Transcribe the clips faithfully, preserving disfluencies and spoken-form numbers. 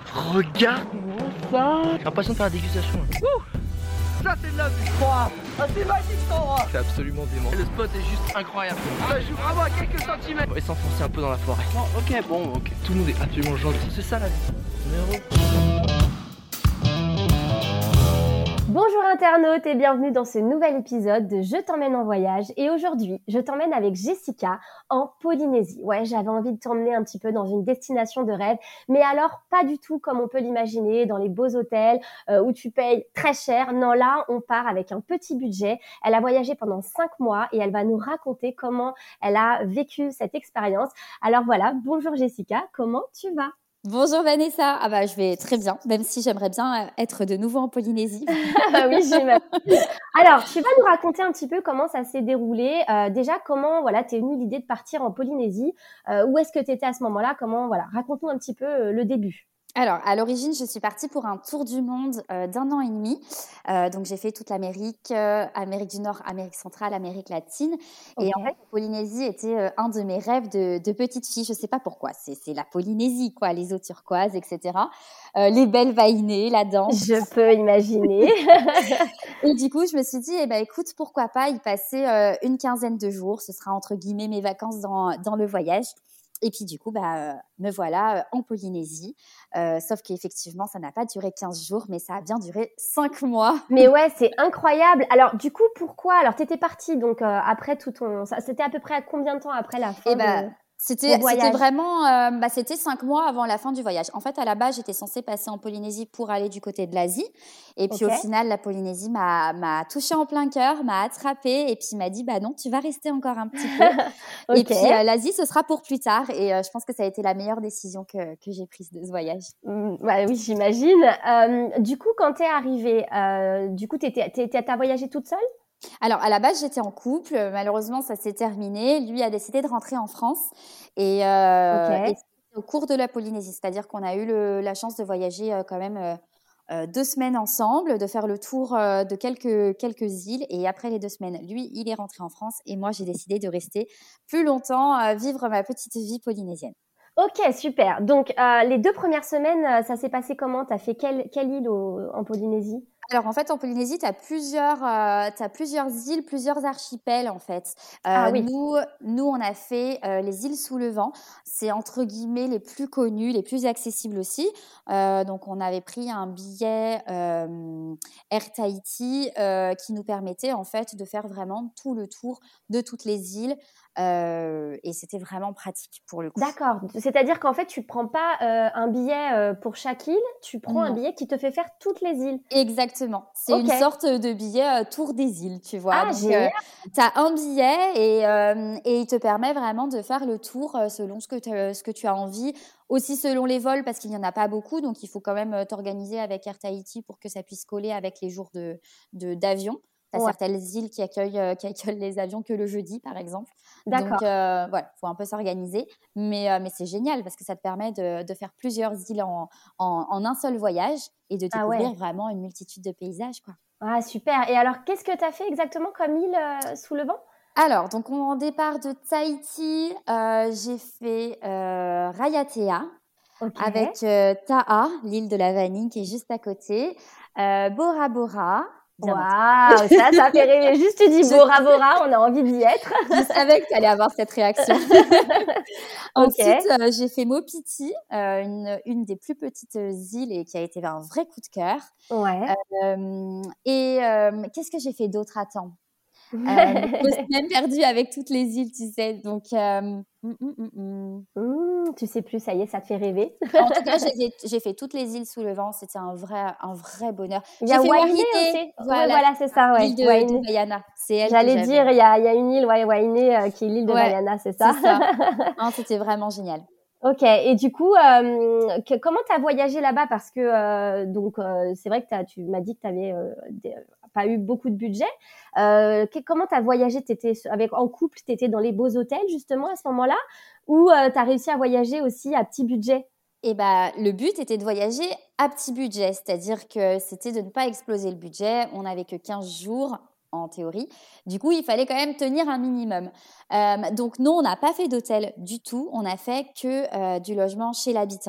Regarde-moi ça. J'ai l'impression de faire la dégustation. Ouh, ça c'est de la vue. Wow. Ah, c'est magique cet endroit. C'est absolument dément. Le spot est juste incroyable. Ça joue vraiment à quelques centimètres. On va s'enfoncer un peu dans la forêt. Non, ok, bon, ok. Tout le monde est absolument gentil. C'est ça la vie. Numéro. Bonjour internautes et bienvenue dans ce nouvel épisode de Je t'emmène en voyage. Et aujourd'hui, je t'emmène avec Jessica en Polynésie. Ouais, j'avais envie de t'emmener un petit peu dans une destination de rêve, mais alors pas du tout comme on peut l'imaginer dans les beaux hôtels euh, où tu payes très cher. Non, là, on part avec un petit budget. Elle a voyagé pendant cinq mois et elle va nous raconter comment elle a vécu cette expérience. Alors voilà, bonjour Jessica, comment tu vas ? Bonjour Vanessa, ah bah je vais très bien, même si j'aimerais bien être de nouveau en Polynésie. Oui, j'imagine. Alors, tu vas nous raconter un petit peu comment ça s'est déroulé. Euh, déjà, comment voilà, t'es venue l'idée de partir en Polynésie. Euh, où est-ce que tu étais à ce moment-là ? Comment voilà, raconte-nous un petit peu euh, le début. Alors, à l'origine, je suis partie pour un tour du monde euh, d'un an et demi. Euh, donc, j'ai fait toute l'Amérique, euh, Amérique du Nord, Amérique centrale, Amérique latine. Okay. Et en fait, la Polynésie était euh, un de mes rêves de, de petite fille. Je sais pas pourquoi. C'est, c'est la Polynésie, quoi. Les eaux turquoises, et cetera. Euh, les belles vahinées, la danse. Je peux imaginer. Et du coup, je me suis dit, eh ben, écoute, pourquoi pas y passer euh, une quinzaine de jours. Ce sera entre guillemets mes vacances dans, dans le voyage. Et puis du coup, bah, euh, me voilà euh, en Polynésie. Euh, sauf qu'effectivement, ça n'a pas duré quinze jours, mais ça a bien duré cinq mois. Mais ouais, c'est incroyable. Alors du coup, pourquoi ? Alors t'étais partie donc euh, après tout ton... Ça, c'était à peu près à combien de temps après la fin Et bah, de... C'était, c'était vraiment, euh, bah, c'était cinq mois avant la fin du voyage. En fait, à la base, j'étais censée passer en Polynésie pour aller du côté de l'Asie. Et puis, Okay. au final, la Polynésie m'a, m'a touchée en plein cœur, m'a attrapée et puis m'a dit, bah non, tu vas rester encore un petit peu. Okay. Et puis, euh, l'Asie, ce sera pour plus tard. Et euh, je pense que ça a été la meilleure décision que, que j'ai prise de ce voyage. Mmh, bah oui, j'imagine. Euh, du coup, quand t'es arrivée, euh, du coup, t'étais, t'étais, t'as voyagé toute seule ? Alors, à la base, j'étais en couple. Malheureusement, ça s'est terminé. Lui a décidé de rentrer en France. Et, euh, Okay. et au cours de la Polynésie, c'est-à-dire qu'on a eu le, la chance de voyager euh, quand même euh, euh, deux semaines ensemble, de faire le tour euh, de quelques, quelques îles. Et après les deux semaines, lui, il est rentré en France. Et moi, j'ai décidé de rester plus longtemps, euh, vivre ma petite vie polynésienne. Ok, super. Donc, euh, les deux premières semaines, ça s'est passé comment ? T'as fait quelle, quelle île au, en Polynésie ? Alors, en fait, en Polynésie, tu as plusieurs, euh, t'as plusieurs îles, plusieurs archipels, en fait. Euh, Ah oui. Nous, nous, on a fait euh, les îles sous le vent. C'est, entre guillemets, les plus connues, les plus accessibles aussi. Euh, donc, on avait pris un billet euh, Air Tahiti euh, qui nous permettait, en fait, de faire vraiment tout le tour de toutes les îles. Euh, et c'était vraiment pratique pour le coup. D'accord. C'est-à-dire qu'en fait, tu prends pas euh, un billet euh, pour chaque île, tu prends Non. un billet qui te fait faire toutes les îles. Exactement. C'est Okay. une sorte de billet euh, tour des îles, tu vois. Ah, Donc, génial. euh, tu as un billet et, euh, et il te permet vraiment de faire le tour euh, selon ce que, ce que tu as envie. Aussi selon les vols, parce qu'il n'y en a pas beaucoup. Donc, il faut quand même t'organiser avec Air Tahiti pour que ça puisse coller avec les jours de, de, d'avion. Tu as Ouais. certaines îles qui accueillent, euh, qui accueillent les avions que le jeudi, par exemple. D'accord. Donc, euh, voilà, il faut un peu s'organiser. Mais, euh, mais c'est génial parce que ça te permet de, de faire plusieurs îles en, en, en un seul voyage et de découvrir Ah ouais. vraiment une multitude de paysages, quoi. Ah, super. Et alors, qu'est-ce que tu as fait exactement comme île euh, sous le vent ? Alors, donc, en départ de Tahiti, euh, j'ai fait euh, Raiatea. Okay. Avec euh, Taha, l'île de la vanille qui est juste à côté. Euh, Bora Bora. Waouh, ça, ça fait rêver. Juste tu dis Bora Bora, on a envie d'y être. Je savais que tu allais avoir cette réaction. Ensuite, Okay. euh, j'ai fait Mopiti, euh, une, une des plus petites îles et qui a été un vrai coup de cœur. Ouais. Euh, et euh, qu'est-ce que j'ai fait d'autre à temps euh, Je me suis même perdue avec toutes les îles, tu sais. Donc, euh, mm, mm, mm, mm. Mmh, tu sais plus, ça y est, ça te fait rêver. En tout cas, j'ai, j'ai fait toutes les îles sous le vent. C'était un vrai, un vrai bonheur. Il y a J'ai fait Wainé Wahine. aussi. Voilà, Ouais, voilà, c'est ça, ouais. l'île de, Wainé. de Vaiana. C'est elle J'allais que j'avais. dire, il y a, il y a une île, ouais, Wainé, euh, qui est l'île de Ouais, Vaiana, c'est ça. c'est ça. Non, c'était vraiment génial. Ok. Et du coup, euh, que, comment t'as voyagé là-bas ? Parce que euh, donc euh, c'est vrai que t'as, tu m'as dit que t'avais euh, des, pas eu beaucoup de budget. Euh, que, comment t'as voyagé ? T'étais avec en couple, t'étais dans les beaux hôtels justement à ce moment-là, ou euh, t'as réussi à voyager aussi à petit budget ? Et bah, le but était de voyager à petit budget, c'est-à-dire que c'était de ne pas exploser le budget. On n'avait que quinze jours en théorie. Du coup, il fallait quand même tenir un minimum. Euh, donc non, on n'a pas fait d'hôtel du tout. On n'a fait que euh, du logement chez l'habitant.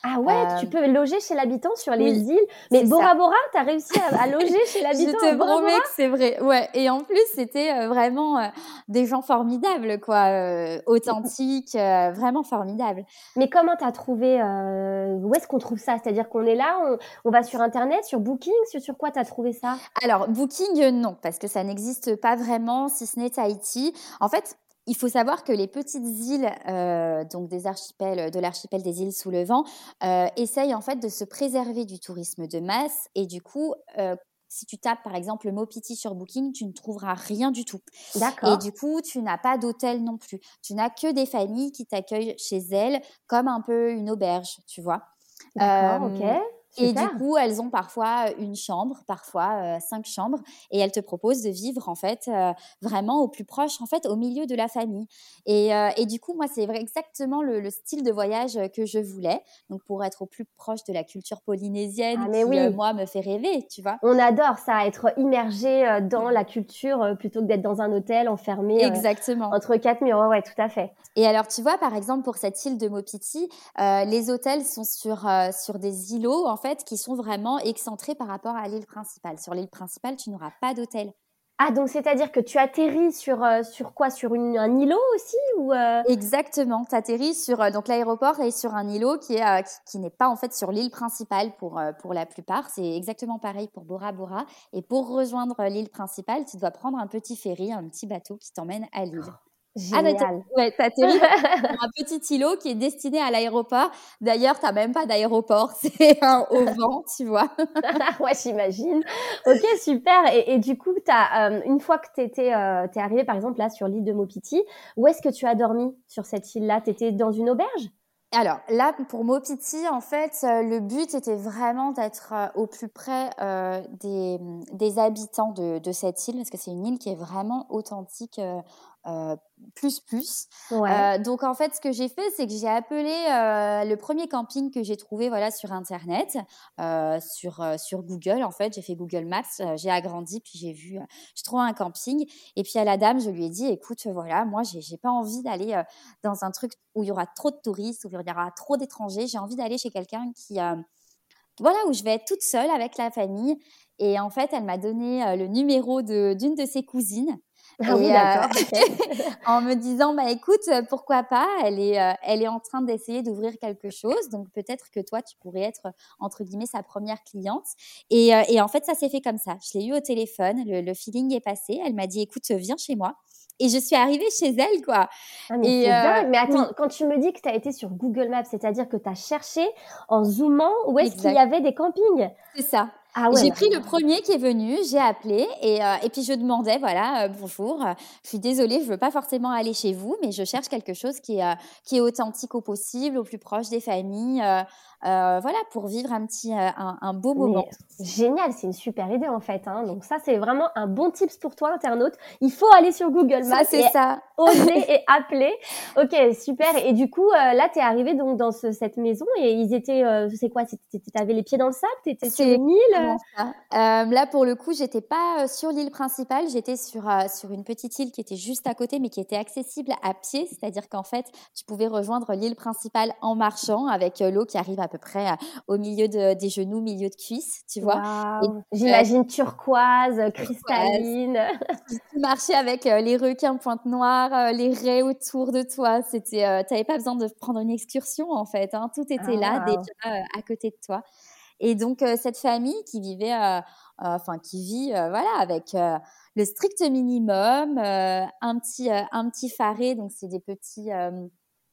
Ah ouais, Euh, tu peux loger chez l'habitant sur les oui, îles. Mais c'est Bora ça. Bora, t'as réussi à, à loger chez Je l'habitant à te Bora Bora? promets que c'est vrai. Ouais. Et en plus, c'était euh, vraiment euh, des gens formidables, quoi, euh, authentiques, euh, vraiment formidables. Mais comment t'as trouvé euh, où est-ce qu'on trouve ça? C'est-à-dire qu'on est là, on, on va sur Internet, sur Booking, sur, sur quoi t'as trouvé ça? Alors, Booking, euh, non, parce que ça n'existe pas vraiment, si ce n'est Tahiti. En fait, il faut savoir que les petites îles, euh, donc des archipels, de l'archipel des îles sous le vent, euh, essayent en fait de se préserver du tourisme de masse. Et du coup, euh, si tu tapes par exemple Mopiti sur Booking, tu ne trouveras rien du tout. Et D'accord, du coup, tu n'as pas d'hôtel non plus. Tu n'as que des familles qui t'accueillent chez elles, comme un peu une auberge, tu vois. d'accord, ok, Euh, et du super. coup, elles ont parfois une chambre, parfois euh, cinq chambres, et elles te proposent de vivre en fait euh, vraiment au plus proche, en fait, au milieu de la famille. Et, euh, et du coup, moi, c'est vrai exactement le, le style de voyage que je voulais. Donc, pour être au plus proche de la culture Ah polynésienne, mais qui euh, oui, moi me fait rêver, tu vois. on adore ça, être immergé euh, dans la culture euh, plutôt que d'être dans un hôtel enfermé euh, Exactement. entre quatre murs. Ouais, ouais, tout à fait. Et alors, tu vois, par exemple, pour cette île de Mopiti, euh, les hôtels sont sur, euh, sur des îlots, en fait, qui sont vraiment excentrés par rapport à l'île principale. Sur l'île principale, tu n'auras pas d'hôtel. Ah donc c'est-à-dire que tu atterris sur euh, sur quoi? Sur une, un îlot aussi ou euh... Exactement, tu atterris sur euh, donc l'aéroport est sur un îlot qui est euh, qui, qui n'est pas en fait sur l'île principale pour euh, pour la plupart, c'est exactement pareil pour Bora Bora et pour rejoindre l'île principale, tu dois prendre un petit ferry, un petit bateau qui t'emmène à l'île. Ah mais Génial. ouais, t'atterris sur un petit îlot qui est destiné à l'aéroport. D'ailleurs, t'as même pas d'aéroport, c'est un au vent, tu vois. Ouais, j'imagine. Ok, super. Et, et du coup, t'as, euh, une fois que t'étais, euh, t'es arrivé par exemple là sur l'île de Mopiti, où est-ce que tu as dormi sur cette île-là? T'étais dans une auberge? Alors là, pour Mopiti, en fait, euh, le but était vraiment d'être euh, au plus près euh, des, des habitants de, de cette île, parce que c'est une île qui est vraiment authentique, euh, euh, plus plus. Ouais. Euh, donc en fait, ce que j'ai fait, c'est que j'ai appelé euh, le premier camping que j'ai trouvé, voilà, sur Internet, euh, sur euh, sur Google. En fait, j'ai fait Google Maps, euh, j'ai agrandi, puis j'ai vu, euh, j'ai trouvé un camping. Et puis à la dame, je lui ai dit, écoute, voilà, moi, j'ai j'ai pas envie d'aller euh, dans un truc où il y aura trop de touristes, où il y aura trop d'étrangers. J'ai envie d'aller chez quelqu'un qui, euh, voilà, où je vais être toute seule avec la famille. Et en fait, elle m'a donné euh, le numéro de d'une de ses cousines. Ah oui, Et euh, d'accord, ok. en me disant, bah écoute, pourquoi pas, elle est, euh, elle est en train d'essayer d'ouvrir quelque chose, donc peut-être que toi, tu pourrais être, entre guillemets, sa première cliente. Et, euh, et en fait, ça s'est fait comme ça. Je l'ai eu au téléphone, le, le feeling est passé. Elle m'a dit, écoute, viens chez moi. Et je suis arrivée chez elle, quoi. Ah mais Et c'est euh, dingue. Mais oui, attends, quand tu me dis que tu as été sur Google Maps, c'est-à-dire que tu as cherché en zoomant où est-ce qu'il y exact. avait des campings? C'est ça. Ah ouais, J'ai mais pris le premier qui est venu, j'ai appelé et, euh, et puis je demandais, voilà, euh, bonjour, euh, je suis désolée, je veux pas forcément aller chez vous, mais je cherche quelque chose qui est, euh, qui est authentique au possible, au plus proche des familles, euh, euh, voilà, pour vivre un petit, euh, un, un beau Mais moment. génial, c'est une super idée en fait, hein. Donc ça, c'est vraiment un bon tips pour toi, internaute. Il faut aller sur Google Ça, Maps c'est et ça. oser et appeler. Ok, super. Et du coup, euh, là, t'es arrivé donc dans ce- cette maison et ils étaient, euh, c'est quoi? c'était- T'avais les pieds dans le sable? T'étais sur C'est une île? euh exactement ça. Euh, là, pour le coup, j'étais pas euh, sur l'île principale, j'étais sur euh, sur une petite île qui était juste à côté, mais qui était accessible à pied, c'est-à-dire qu'en fait, tu pouvais rejoindre l'île principale en marchant, avec euh, l'eau qui arrive à peu près euh, au milieu de, des genoux, milieu de cuisse, tu vois. Et Waouh, euh, j'imagine turquoise, turquoise. cristalline. Tu tu marchais avec euh, les requins pointe noire, euh, les raies autour de toi. C'était, euh, t'avais pas besoin de prendre une excursion en fait, hein. Tout était Ah là déjà waouh. euh, à côté de toi. Et donc, euh, cette famille qui vivait, euh, euh, enfin, qui vit, euh, voilà, avec euh, le strict minimum, euh, un petit, euh, un petit faré, donc c'est des petits, euh,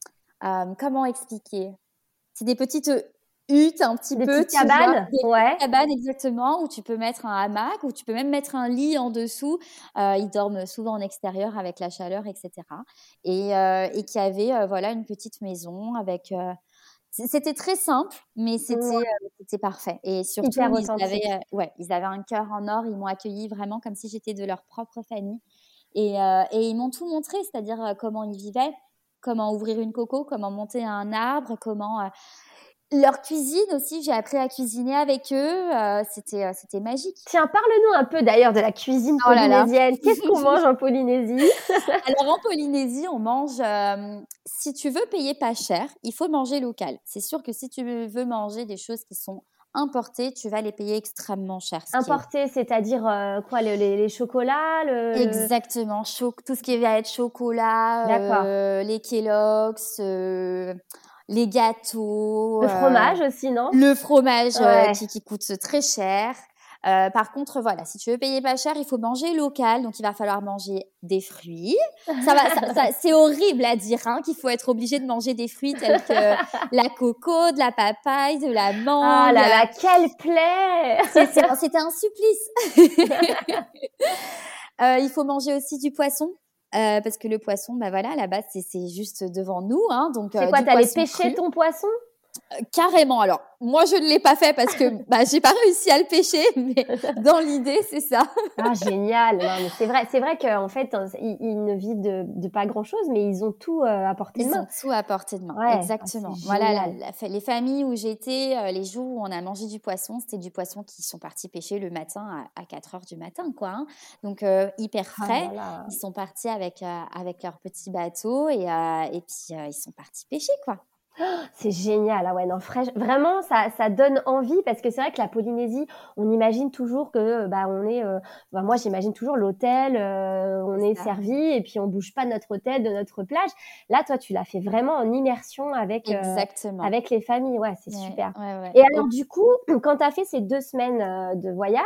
euh, comment expliquer? C'est des petites huttes un petit Des peu, petites tu vois, cabanes? des petites Ouais. cabanes exactement, où tu peux mettre un hamac, où tu peux même mettre un lit en dessous. Euh, ils dorment souvent en extérieur avec la chaleur, et cetera. Et, euh, et qui avait, euh, voilà, une petite maison avec. Euh, c- c'était très simple, mais c'était Ouais, euh, c'était parfait. Et surtout, hyper ils avaient, authentique. euh, ouais, ils avaient un cœur en or. Ils m'ont accueilli vraiment comme si j'étais de leur propre famille. Et, euh, et ils m'ont tout montré, c'est-à-dire euh, comment ils vivaient, comment ouvrir une coco, comment monter un arbre, comment. euh, Leur cuisine aussi, j'ai appris à cuisiner avec eux. Euh, c'était, euh, c'était magique. Tiens, parle-nous un peu d'ailleurs de la cuisine Oh là là. polynésienne. Qu'est-ce qu'on mange en Polynésie? Alors en Polynésie, on mange, euh, si tu veux payer pas cher, il faut manger local. C'est sûr que si tu veux manger des choses qui sont importées, tu vas les payer extrêmement cher. ce qui est- Importé, c'est-à-dire euh, quoi, le- les, les chocolats, le, le- Exactement, Cho- tout ce qui va être chocolat, D'accord. euh, les Kellogg's, euh, les gâteaux, le euh, fromage aussi, non? le fromage euh, Ouais. qui, qui coûte très cher. Euh, par contre, voilà, si tu veux payer pas cher, il faut manger local. Donc, il va falloir manger des fruits. Ça va, ça, ça- c'est horrible à dire hein, qu'il faut être obligé de manger des fruits tels que la coco, de la papaye, de la mangue. Ah là là, quelle plaie! C'est- c'est- C'était un supplice. Euh, il faut manger aussi du poisson. euh, parce que le poisson, bah voilà, à la base, c'est, c'est juste devant nous. Hein, donc, C'est euh, quoi, du t'allais poisson pêcher cru. ton poisson? Carrément. Alors, moi, je ne l'ai pas fait parce que bah, j'ai pas réussi à le pêcher, mais dans l'idée, c'est ça. Ah, génial! Non, mais c'est vrai, c'est vrai qu'en fait, ils, ils ne vivent de, de pas grand-chose, mais ils ont tout euh, à portée de Ils main. ont tout à portée de main. Ouais, Exactement. ah, c'est Voilà, la, génial. la fa- les familles où j'étais, euh, les jours où on a mangé du poisson, c'était du poisson qui sont partis pêcher le matin à, à quatre heures du matin, quoi. Hein. Donc, euh, hyper Ah frais. là là. Ils sont partis avec, euh, avec leur petit bateau et, euh, et puis euh, ils sont partis pêcher, quoi. C'est génial, ah ouais, non, fraîche. Vraiment, ça, ça donne envie parce que c'est vrai que la Polynésie, on imagine toujours que, bah, on est, euh, bah, moi, j'imagine toujours l'hôtel, euh, on C'est est ça. servi et puis on bouge pas de notre hôtel, de notre plage. Là, toi, tu l'as fait vraiment en immersion avec, euh, Exactement. avec les familles. Ouais, c'est Ouais, super. ouais, ouais. Et Au- alors, du coup, quand tu as fait ces deux semaines euh, de voyage,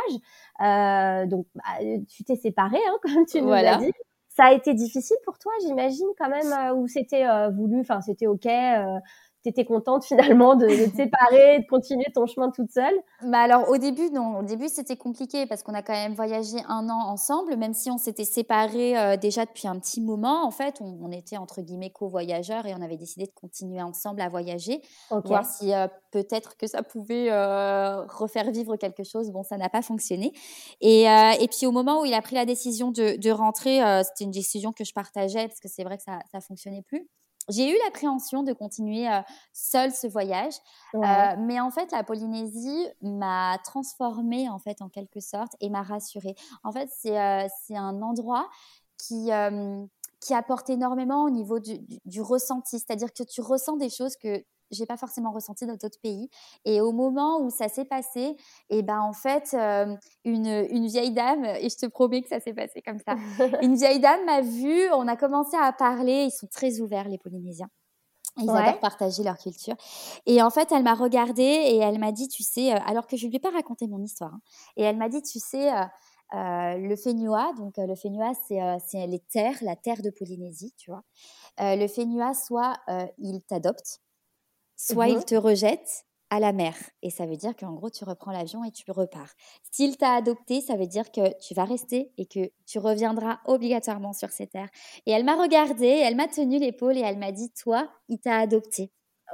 euh, donc, bah, tu t'es séparée, hein, comme tu nous as Voilà. dit. Ça a été difficile pour toi, j'imagine, quand même, euh, ou c'était euh, voulu, enfin, c'était OK, euh, t'étais contente finalement de, de te séparer, de continuer ton chemin toute seule? Bah alors au début non, au début c'était compliqué parce qu'on a quand même voyagé un an ensemble, même si on s'était séparés euh, déjà depuis un petit moment. En fait, on, on était entre guillemets co-voyageurs et on avait décidé de continuer ensemble à voyager, OK. voir si euh, peut-être que ça pouvait euh, refaire vivre quelque chose. Bon, ça n'a pas fonctionné. Et, euh, et puis au moment où il a pris la décision de, de rentrer, euh, c'était une décision que je partageais parce que c'est vrai que ça ça fonctionnait plus. J'ai eu l'appréhension de continuer euh, seule ce voyage, Ouais. euh, mais en fait, la Polynésie m'a transformée en fait en quelque sorte et m'a rassurée. En fait, c'est euh, c'est un endroit qui euh, qui apporte énormément au niveau du, du, du ressenti, c'est-à-dire que tu ressens des choses que j'ai pas forcément ressenties dans d'autres pays. Et au moment où ça s'est passé, et ben en fait, euh, une une vieille dame, et je te promets que ça s'est passé comme ça. Une vieille dame m'a vue, on a commencé à parler, ils sont très ouverts les Polynésiens. Ils Ouais. adorent partager leur culture. Et en fait, elle m'a regardée et elle m'a dit, tu sais, euh, alors que je ne lui ai pas raconté mon histoire, hein, et elle m'a dit, tu sais, euh, euh, le Fénua, donc euh, le Fénua, c'est, euh, c'est les terres, la terre de Polynésie, tu vois. Euh, le Fénua, soit euh, il t'adopte, soit Mhm. il te rejette à la mer. Et ça veut dire qu'en gros, tu reprends l'avion et tu repars. S'il t'a adopté, ça veut dire que tu vas rester et que tu reviendras obligatoirement sur ces terres. Et elle m'a regardée, elle m'a tenu l'épaule et elle m'a dit, toi, il t'a adopté.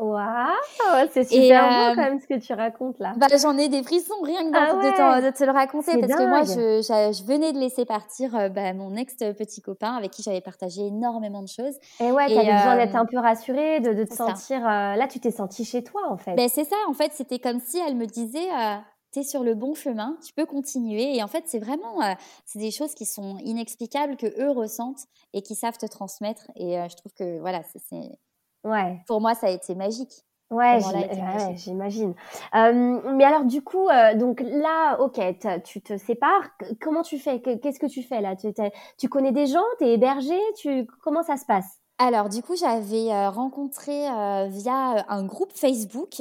Waouh, c'est Et super beau euh, quand même ce que tu racontes là. bah, j'en ai des frissons rien que Ah d'en- de, t'en- ouais, de te le raconter c'est parce que moi, dingue. je, je, je venais de laisser partir euh, bah, mon ex-petit copain avec qui j'avais partagé énormément de choses. Et ouais, Et t'avais besoin d'être euh, un peu rassurée, de, de te c'est ça. sentir. euh, Là, tu t'es sentie chez toi en fait. Ben, c'est ça, en fait, c'était comme si elle me disait, euh, t'es sur le bon chemin, tu peux continuer. Et en fait, c'est vraiment, euh, c'est des choses qui sont inexplicables, que eux ressentent et qui savent te transmettre. Et euh, je trouve que, voilà, c'est, c'est... Ouais. pour moi, ça a été magique. Ouais, Ce moment-là a j'im- été ouais, magique. j'imagine. Euh, mais alors du coup, euh, donc là, ok, t'as- tu te sépares. C- Comment tu fais? Que- Qu'est-ce que tu fais là? Tu, t'es- tu connais des gens? T'es hébergé? Tu, comment ça se passe? Alors, du coup, j'avais euh, rencontré euh, via euh, un groupe Facebook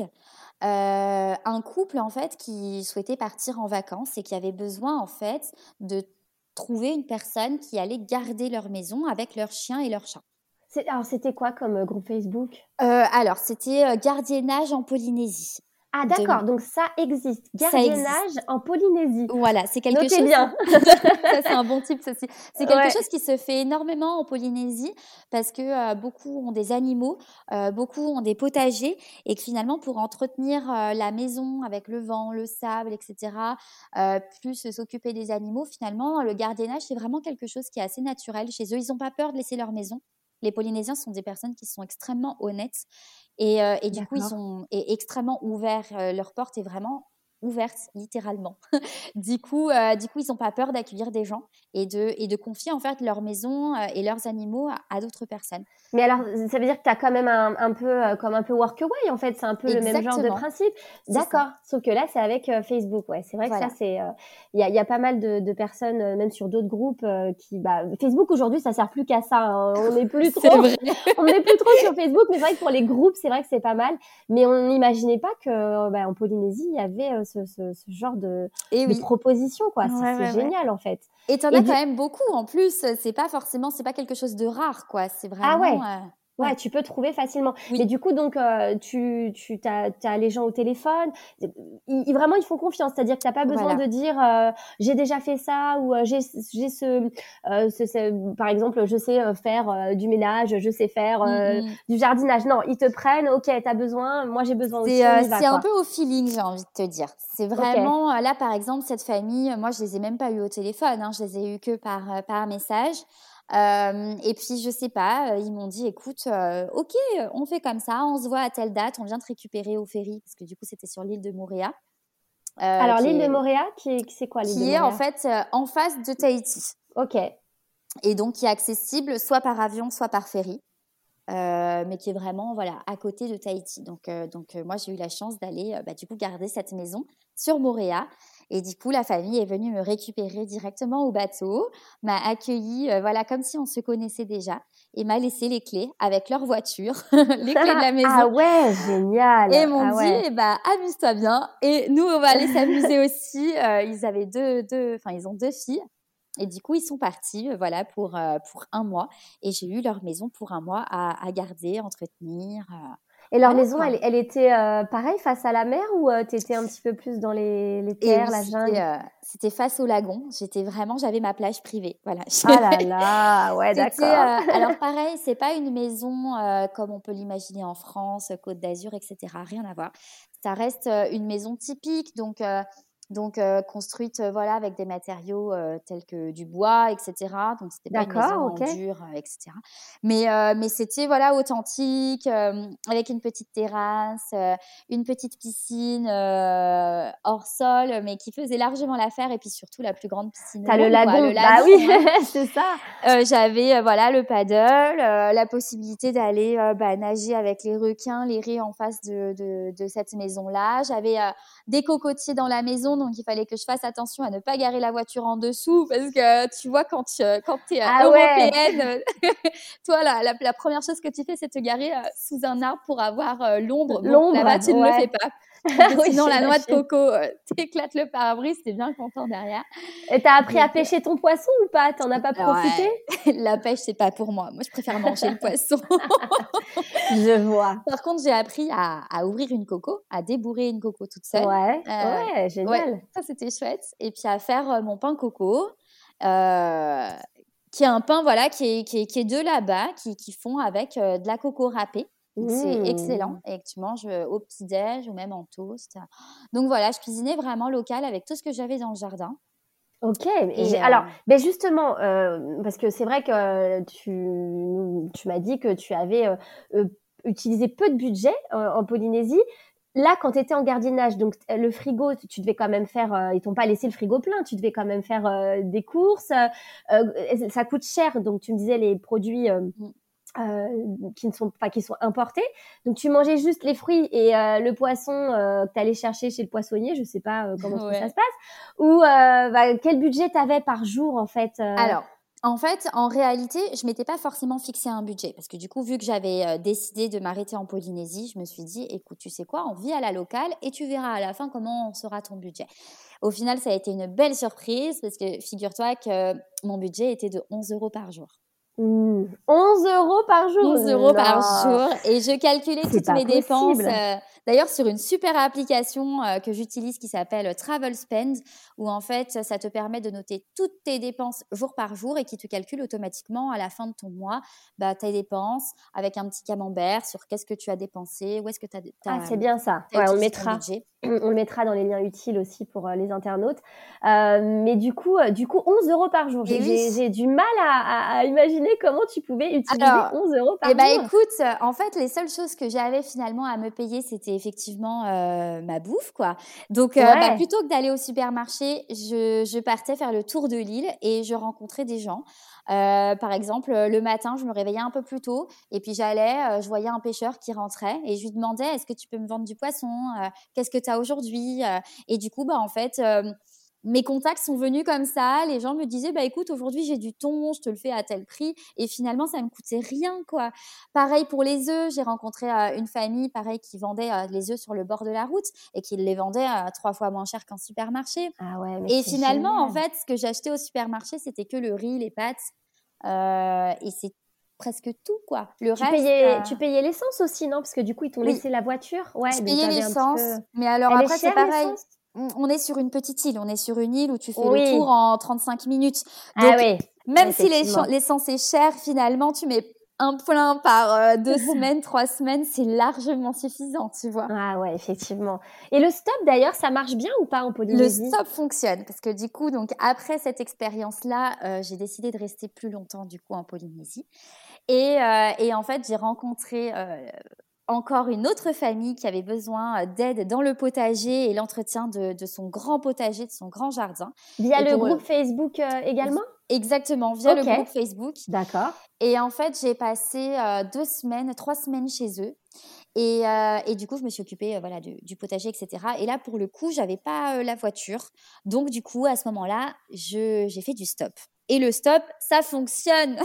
euh, un couple, en fait, qui souhaitait partir en vacances et qui avait besoin, en fait, de trouver une personne qui allait garder leur maison avec leur chien et leur chat. C'est- Alors c'était quoi comme euh, groupe Facebook? Euh, alors, c'était euh, gardiennage en Polynésie. Ah De... d'accord, donc ça existe. Ça existe. Gardiennage en Polynésie. Voilà, c'est quelque Notez chose. bien. Ça, c'est un bon type, ceci. C'est quelque Ouais. chose qui se fait énormément en Polynésie parce que euh, beaucoup ont des animaux, euh, beaucoup ont des potagers et que finalement, pour entretenir euh, la maison avec le vent, le sable, et cetera, euh, plus s'occuper des animaux, finalement, le gardiennage, c'est vraiment quelque chose qui est assez naturel chez eux. Ils n'ont pas peur de laisser leur maison. Les Polynésiens sont des personnes qui sont extrêmement honnêtes et, euh, et du D'accord. coup, ils sont et extrêmement ouverts. Euh, leur porte est vraiment ouverte, littéralement. du coup, euh, du coup, ils n'ont pas peur d'accueillir des gens et de, et de confier en fait leur maison euh, et leurs animaux à, à d'autres personnes. Mais alors, ça veut dire que tu as quand même un, un peu euh, comme un peu Workaway, en fait. C'est un peu Exactement. le même genre de principe. D'accord. Sauf que là, c'est avec euh, Facebook. Ouais, c'est vrai voilà. que ça, c'est. Il euh, y, a, y a pas mal de, de personnes, euh, même sur d'autres groupes, euh, qui. Bah, Facebook aujourd'hui, ça sert plus qu'à ça. Hein. On n'est plus trop. on n'est plus trop sur Facebook, mais c'est vrai que pour les groupes, c'est vrai que c'est pas mal. Mais on n'imaginait pas que, bah, en Polynésie, il y avait euh, ce, ce, ce genre de, Et de oui. proposition, quoi. Ouais, c'est ouais, c'est ouais. génial, en fait. Et t'en Et as du... quand même beaucoup en plus. C'est pas forcément, c'est pas quelque chose de rare, quoi. C'est vraiment. Ah ouais. Euh... Ouais, Ouais. tu peux trouver facilement. Oui. Mais du coup, donc, euh, tu, tu t'as, t'as les gens au téléphone. Ils, ils, vraiment, ils font confiance. C'est-à-dire que t'as pas besoin voilà. de dire euh, j'ai déjà fait ça ou euh, j'ai, j'ai ce, euh, ce, ce, par exemple, je sais faire euh, du ménage, je sais faire euh, mm-hmm. du jardinage. Non, ils te prennent. Ok, t'as besoin. Moi, j'ai besoin c'est, aussi. On y euh, va, c'est quoi. un peu au feeling, j'ai envie de te dire. C'est vraiment okay. là, par exemple, cette famille. Moi, je les ai même pas eu au téléphone. Hein, je les ai eu que par par message. Euh, et puis, je sais pas, ils m'ont dit, écoute, euh, ok, on fait comme ça, on se voit à telle date, on vient te récupérer au ferry, parce que du coup, c'était sur l'île de Moorea. Euh, Alors, l'île est, de Moorea, qui est, c'est quoi l'île de Moorea ? Qui est en fait euh, en face de Tahiti. Ok. Et donc, qui est accessible soit par avion, soit par ferry. Euh, mais qui est vraiment voilà à côté de Tahiti. Donc, euh, donc euh, moi, j'ai eu la chance d'aller euh, bah, du coup garder cette maison sur Moorea. Et du coup, la famille est venue me récupérer directement au bateau, m'a accueillie euh, voilà comme si on se connaissait déjà et m'a laissé les clés avec leur voiture, les clés de la maison. Ah ouais, génial. Et m'ont ah dit, ouais. eh bah, amuse-toi bien. Et nous, on va aller s'amuser aussi. Euh, ils avaient deux, deux, enfin, ils ont deux filles. Et du coup, ils sont partis, euh, voilà, pour, euh, pour un mois. Et j'ai eu leur maison pour un mois à, à garder, entretenir. Euh, Et leur voilà, maison, elle, elle était euh, pareille face à la mer ou euh, tu étais un petit peu plus dans les, les terres, et oui, la jungle c'était, euh, c'était face au lagon. J'étais vraiment, j'avais ma plage privée. Voilà. Ah là là, ouais, c'était, d'accord. Euh, alors pareil, c'est pas une maison euh, comme on peut l'imaginer en France, Côte d'Azur, et cetera. Rien à voir. Ça reste euh, une maison typique, donc... Euh, Donc, euh, construite euh, voilà, avec des matériaux euh, tels que du bois, et cetera. Donc, c'était pas D'accord, une maison okay. en dur, euh, et cetera. Mais, euh, mais c'était voilà, authentique, euh, avec une petite terrasse, euh, une petite piscine euh, hors sol, mais qui faisait largement l'affaire. Et puis surtout, la plus grande piscine T'as au monde. Le lagon, quoi, le lagon bah oui, hein. c'est ça. Euh, j'avais euh, voilà, le paddle, euh, la possibilité d'aller euh, bah, nager avec les requins, les raies en face de, de, de cette maison-là. J'avais euh, des cocotiers dans la maison, donc il fallait que je fasse attention à ne pas garer la voiture en dessous, parce que tu vois, quand tu quand es euh, ah européenne, ouais. toi, la, la, la première chose que tu fais, c'est te garer euh, sous un arbre pour avoir euh, l'ombre. Bon, l'ombre, là-bas, tu ouais. ne le fais pas. oui, sinon, la noix de coco, euh, t'éclates le pare-brise, t'es bien content derrière. Et t'as appris donc, à pêcher ton poisson ou pas ? T'en as pas profité ? Ouais, la pêche, c'est pas pour moi. Moi, je préfère manger le poisson. Je vois. Par contre, j'ai appris à, à ouvrir une coco, à débourrer une coco toute seule. Ouais, euh, ouais, génial. Ouais, ça, c'était chouette. Et puis, à faire euh, mon pain coco, euh, qui est un pain, voilà, qui est, qui est, qui est de là-bas, qui, qui font avec euh, de la coco râpée. Donc, mmh. C'est excellent et que tu manges au petit-déj ou même en toast. Donc, voilà, je cuisinais vraiment local avec tout ce que j'avais dans le jardin. Ok, et euh... alors, ben justement, euh, parce que c'est vrai que tu, tu m'as dit que tu avais euh, utilisé peu de budget euh, en Polynésie. Là, quand tu étais en gardiennage, donc le frigo, tu devais quand même faire, euh, ils t'ont pas laissé le frigo plein, tu devais quand même faire euh, des courses. Euh, ça coûte cher, donc tu me disais les produits... Euh, mmh. Euh, qui ne sont pas qui sont importés, donc tu mangeais juste les fruits et euh, le poisson euh, que tu allais chercher chez le poissonnier, je sais pas euh, comment ouais. ça se passe, ou euh, bah, quel budget tu avais par jour en fait euh... Alors en fait, en réalité, je m'étais pas forcément fixé un budget parce que du coup, vu que j'avais euh, décidé de m'arrêter en Polynésie, je me suis dit, écoute, tu sais quoi, on vit à la locale et tu verras à la fin comment sera ton budget. Au final, ça a été une belle surprise parce que figure-toi que mon budget était de onze euros par jour. Mmh. onze euros par jour onze euros non. par jour. Et je calculais c'est toutes mes possible. dépenses. Euh, D'ailleurs, sur une super application euh, que j'utilise qui s'appelle Travel Spend, où en fait, ça te permet de noter toutes tes dépenses jour par jour et qui te calcule automatiquement à la fin de ton mois bah, tes dépenses avec un petit camembert sur qu'est-ce que tu as dépensé, où est-ce que tu as, Ah, c'est bien ça. t'as Ouais, on le utilisé ton mettra. budget. On le mettra dans les liens utiles aussi pour euh, les internautes. Euh, mais du coup, euh, du coup, onze euros par jour. J'ai, Et oui. j'ai, j'ai du mal à, à, à imaginer comment tu pouvais utiliser Alors, onze euros par eh ben, jour. écoute, euh, en fait, les seules choses que j'avais finalement à me payer, c'était effectivement euh, ma bouffe, quoi. Donc, euh, Ouais. bah, plutôt que d'aller au supermarché, je, je partais faire le tour de l'île et je rencontrais des gens. Euh, par exemple, le matin, je me réveillais un peu plus tôt et puis j'allais, euh, je voyais un pêcheur qui rentrait et je lui demandais, est-ce que tu peux me vendre du poisson? Euh, Qu'est-ce que tu as aujourd'hui? Euh, Et du coup, bah, en fait... Euh, mes contacts sont venus comme ça. Les gens me disaient, bah écoute, aujourd'hui j'ai du thon, je te le fais à tel prix. Et finalement, ça me coûtait rien, quoi. Pareil pour les œufs. J'ai rencontré euh, une famille, pareil, qui vendait euh, les œufs sur le bord de la route et qui les vendait euh, trois fois moins cher qu'un supermarché. Ah ouais, mais Et c'est finalement, génial. en fait, ce que j'achetais au supermarché, c'était que le riz, les pâtes, euh, et c'est presque tout, quoi. Le Tu reste, payais, euh, tu payais l'essence aussi, non? Parce que du coup, ils t'ont oui, laissé la voiture. Ouais, je donc payais t'avais un petit l'essence. peu. Mais alors Elle est après, c'est chère, pareil. l'essence? On on est sur une petite île. On est sur une île où tu fais le Oui. tour en trente-cinq minutes. Ah Donc, oui, même si les- effectivement. l'essence est chère, finalement, tu mets un plein par euh, deux semaines, trois semaines, c'est largement suffisant, tu vois. Ah ouais, effectivement. Et le stop, d'ailleurs, ça marche bien ou pas en Le Polynésie? stop fonctionne parce que du coup, donc après cette expérience-là, euh, j'ai décidé de rester plus longtemps du coup en Polynésie. Et, euh, et en fait, j'ai rencontré euh, encore une autre famille qui avait besoin euh, d'aide dans le potager et l'entretien de, de son grand potager, de son grand jardin. Via Et le pour groupe Facebook euh, également? exactement via le Ok, groupe Facebook. d'accord. Et en fait, j'ai passé euh, deux semaines, trois semaines chez eux. Et, euh, et du coup, je me suis occupée euh, voilà, du, du potager, et cetera. Et là, pour le coup, j'avais pas euh, la voiture. Donc, du coup, à ce moment-là, je, j'ai fait du stop. Et le stop, ça fonctionne.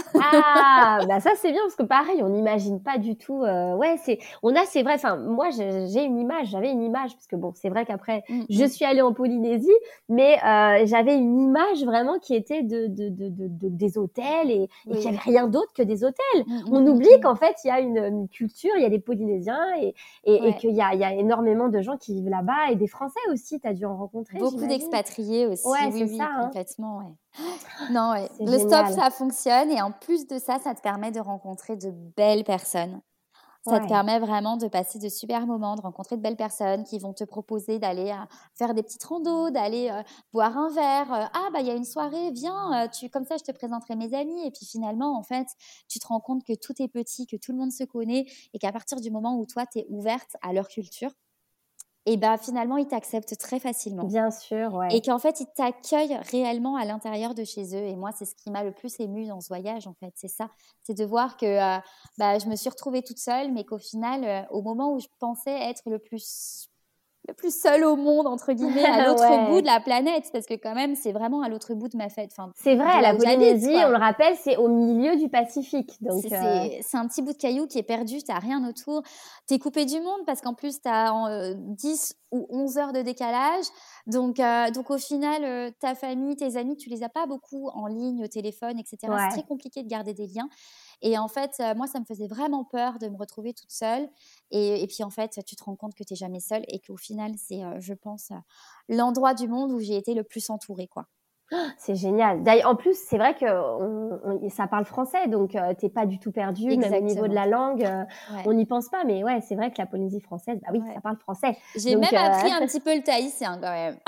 Ah, bah ça c'est bien parce que pareil, on n'imagine pas du tout. Euh, ouais, c'est, on a, c'est vrai. Enfin, moi j'ai j'ai une image, j'avais une image parce que bon, c'est vrai qu'après Mm, je mm. suis allée en Polynésie, mais euh, j'avais une image vraiment qui était de de de, de, de- des hôtels et, et qu'il y Oui. avait rien d'autre que des hôtels. Mm, mm, On mm, oublie mm. qu'en fait il y a une, une culture, il y a des Polynésiens et et, et Ouais. qu'il y a il y a énormément de gens qui vivent là-bas et des Français aussi. T'as dû en rencontrer, Beaucoup j'imagine. d'expatriés aussi. Ouais, Oui, c'est oui, ça. Hein. complètement. Ouais. Non, ouais. C'est Le stop, génial. ça fonctionne. Et en plus de ça, ça te permet de rencontrer de belles personnes. Ça te Ouais. permet vraiment de passer de super moments, de rencontrer de belles personnes qui vont te proposer d'aller euh, faire des petites randos, d'aller euh, boire un verre. Euh, ah, bah, il y a une soirée, viens, euh, tu, comme ça, je te présenterai mes amis. Et puis finalement, en fait, tu te rends compte que tout est petit, que tout le monde se connaît et qu'à partir du moment où toi, tu es ouverte à leur culture, et bah, finalement, ils t'acceptent très facilement. Bien sûr, ouais. Et qu'en fait, ils t'accueillent réellement à l'intérieur de chez eux. Et moi, c'est ce qui m'a le plus émue dans ce voyage, en fait. C'est ça. C'est de voir que euh, bah, je me suis retrouvée toute seule, mais qu'au final, euh, au moment où je pensais être le plus, le plus seule au monde, entre guillemets, à l'autre Ouais. bout de la planète, parce que quand même, c'est vraiment à l'autre bout de ma fête. Enfin, C'est de vrai, là la où j'habite, Polynésie, quoi. on le rappelle, c'est au milieu du Pacifique. Donc, C'est, euh, c'est, c'est un petit bout de caillou qui est perdu, t'as rien autour. T'es coupé du monde parce qu'en plus, t'as euh, dix ou onze heures de décalage. Donc, euh, donc au final, euh, ta famille, tes amis, tu les as pas beaucoup en ligne, au téléphone, et cetera. ouais. C'est très compliqué de garder des liens. Et en fait, euh, moi, ça me faisait vraiment peur de me retrouver toute seule. Et, et puis, en fait, tu te rends compte que t'es jamais seule et qu'au final, c'est, euh, je pense, euh, l'endroit du monde où j'ai été le plus entourée, quoi. C'est génial. D'ailleurs, en plus, c'est vrai que on, on, ça parle français, donc euh, t'es pas du tout perdu, même au niveau de Exactement. la langue, euh, Ouais. on n'y pense pas. Mais ouais, c'est vrai que la Polynésie française, bah oui, Ouais. ça parle français. J'ai Donc, même euh, appris un petit peu le tahitien quand même.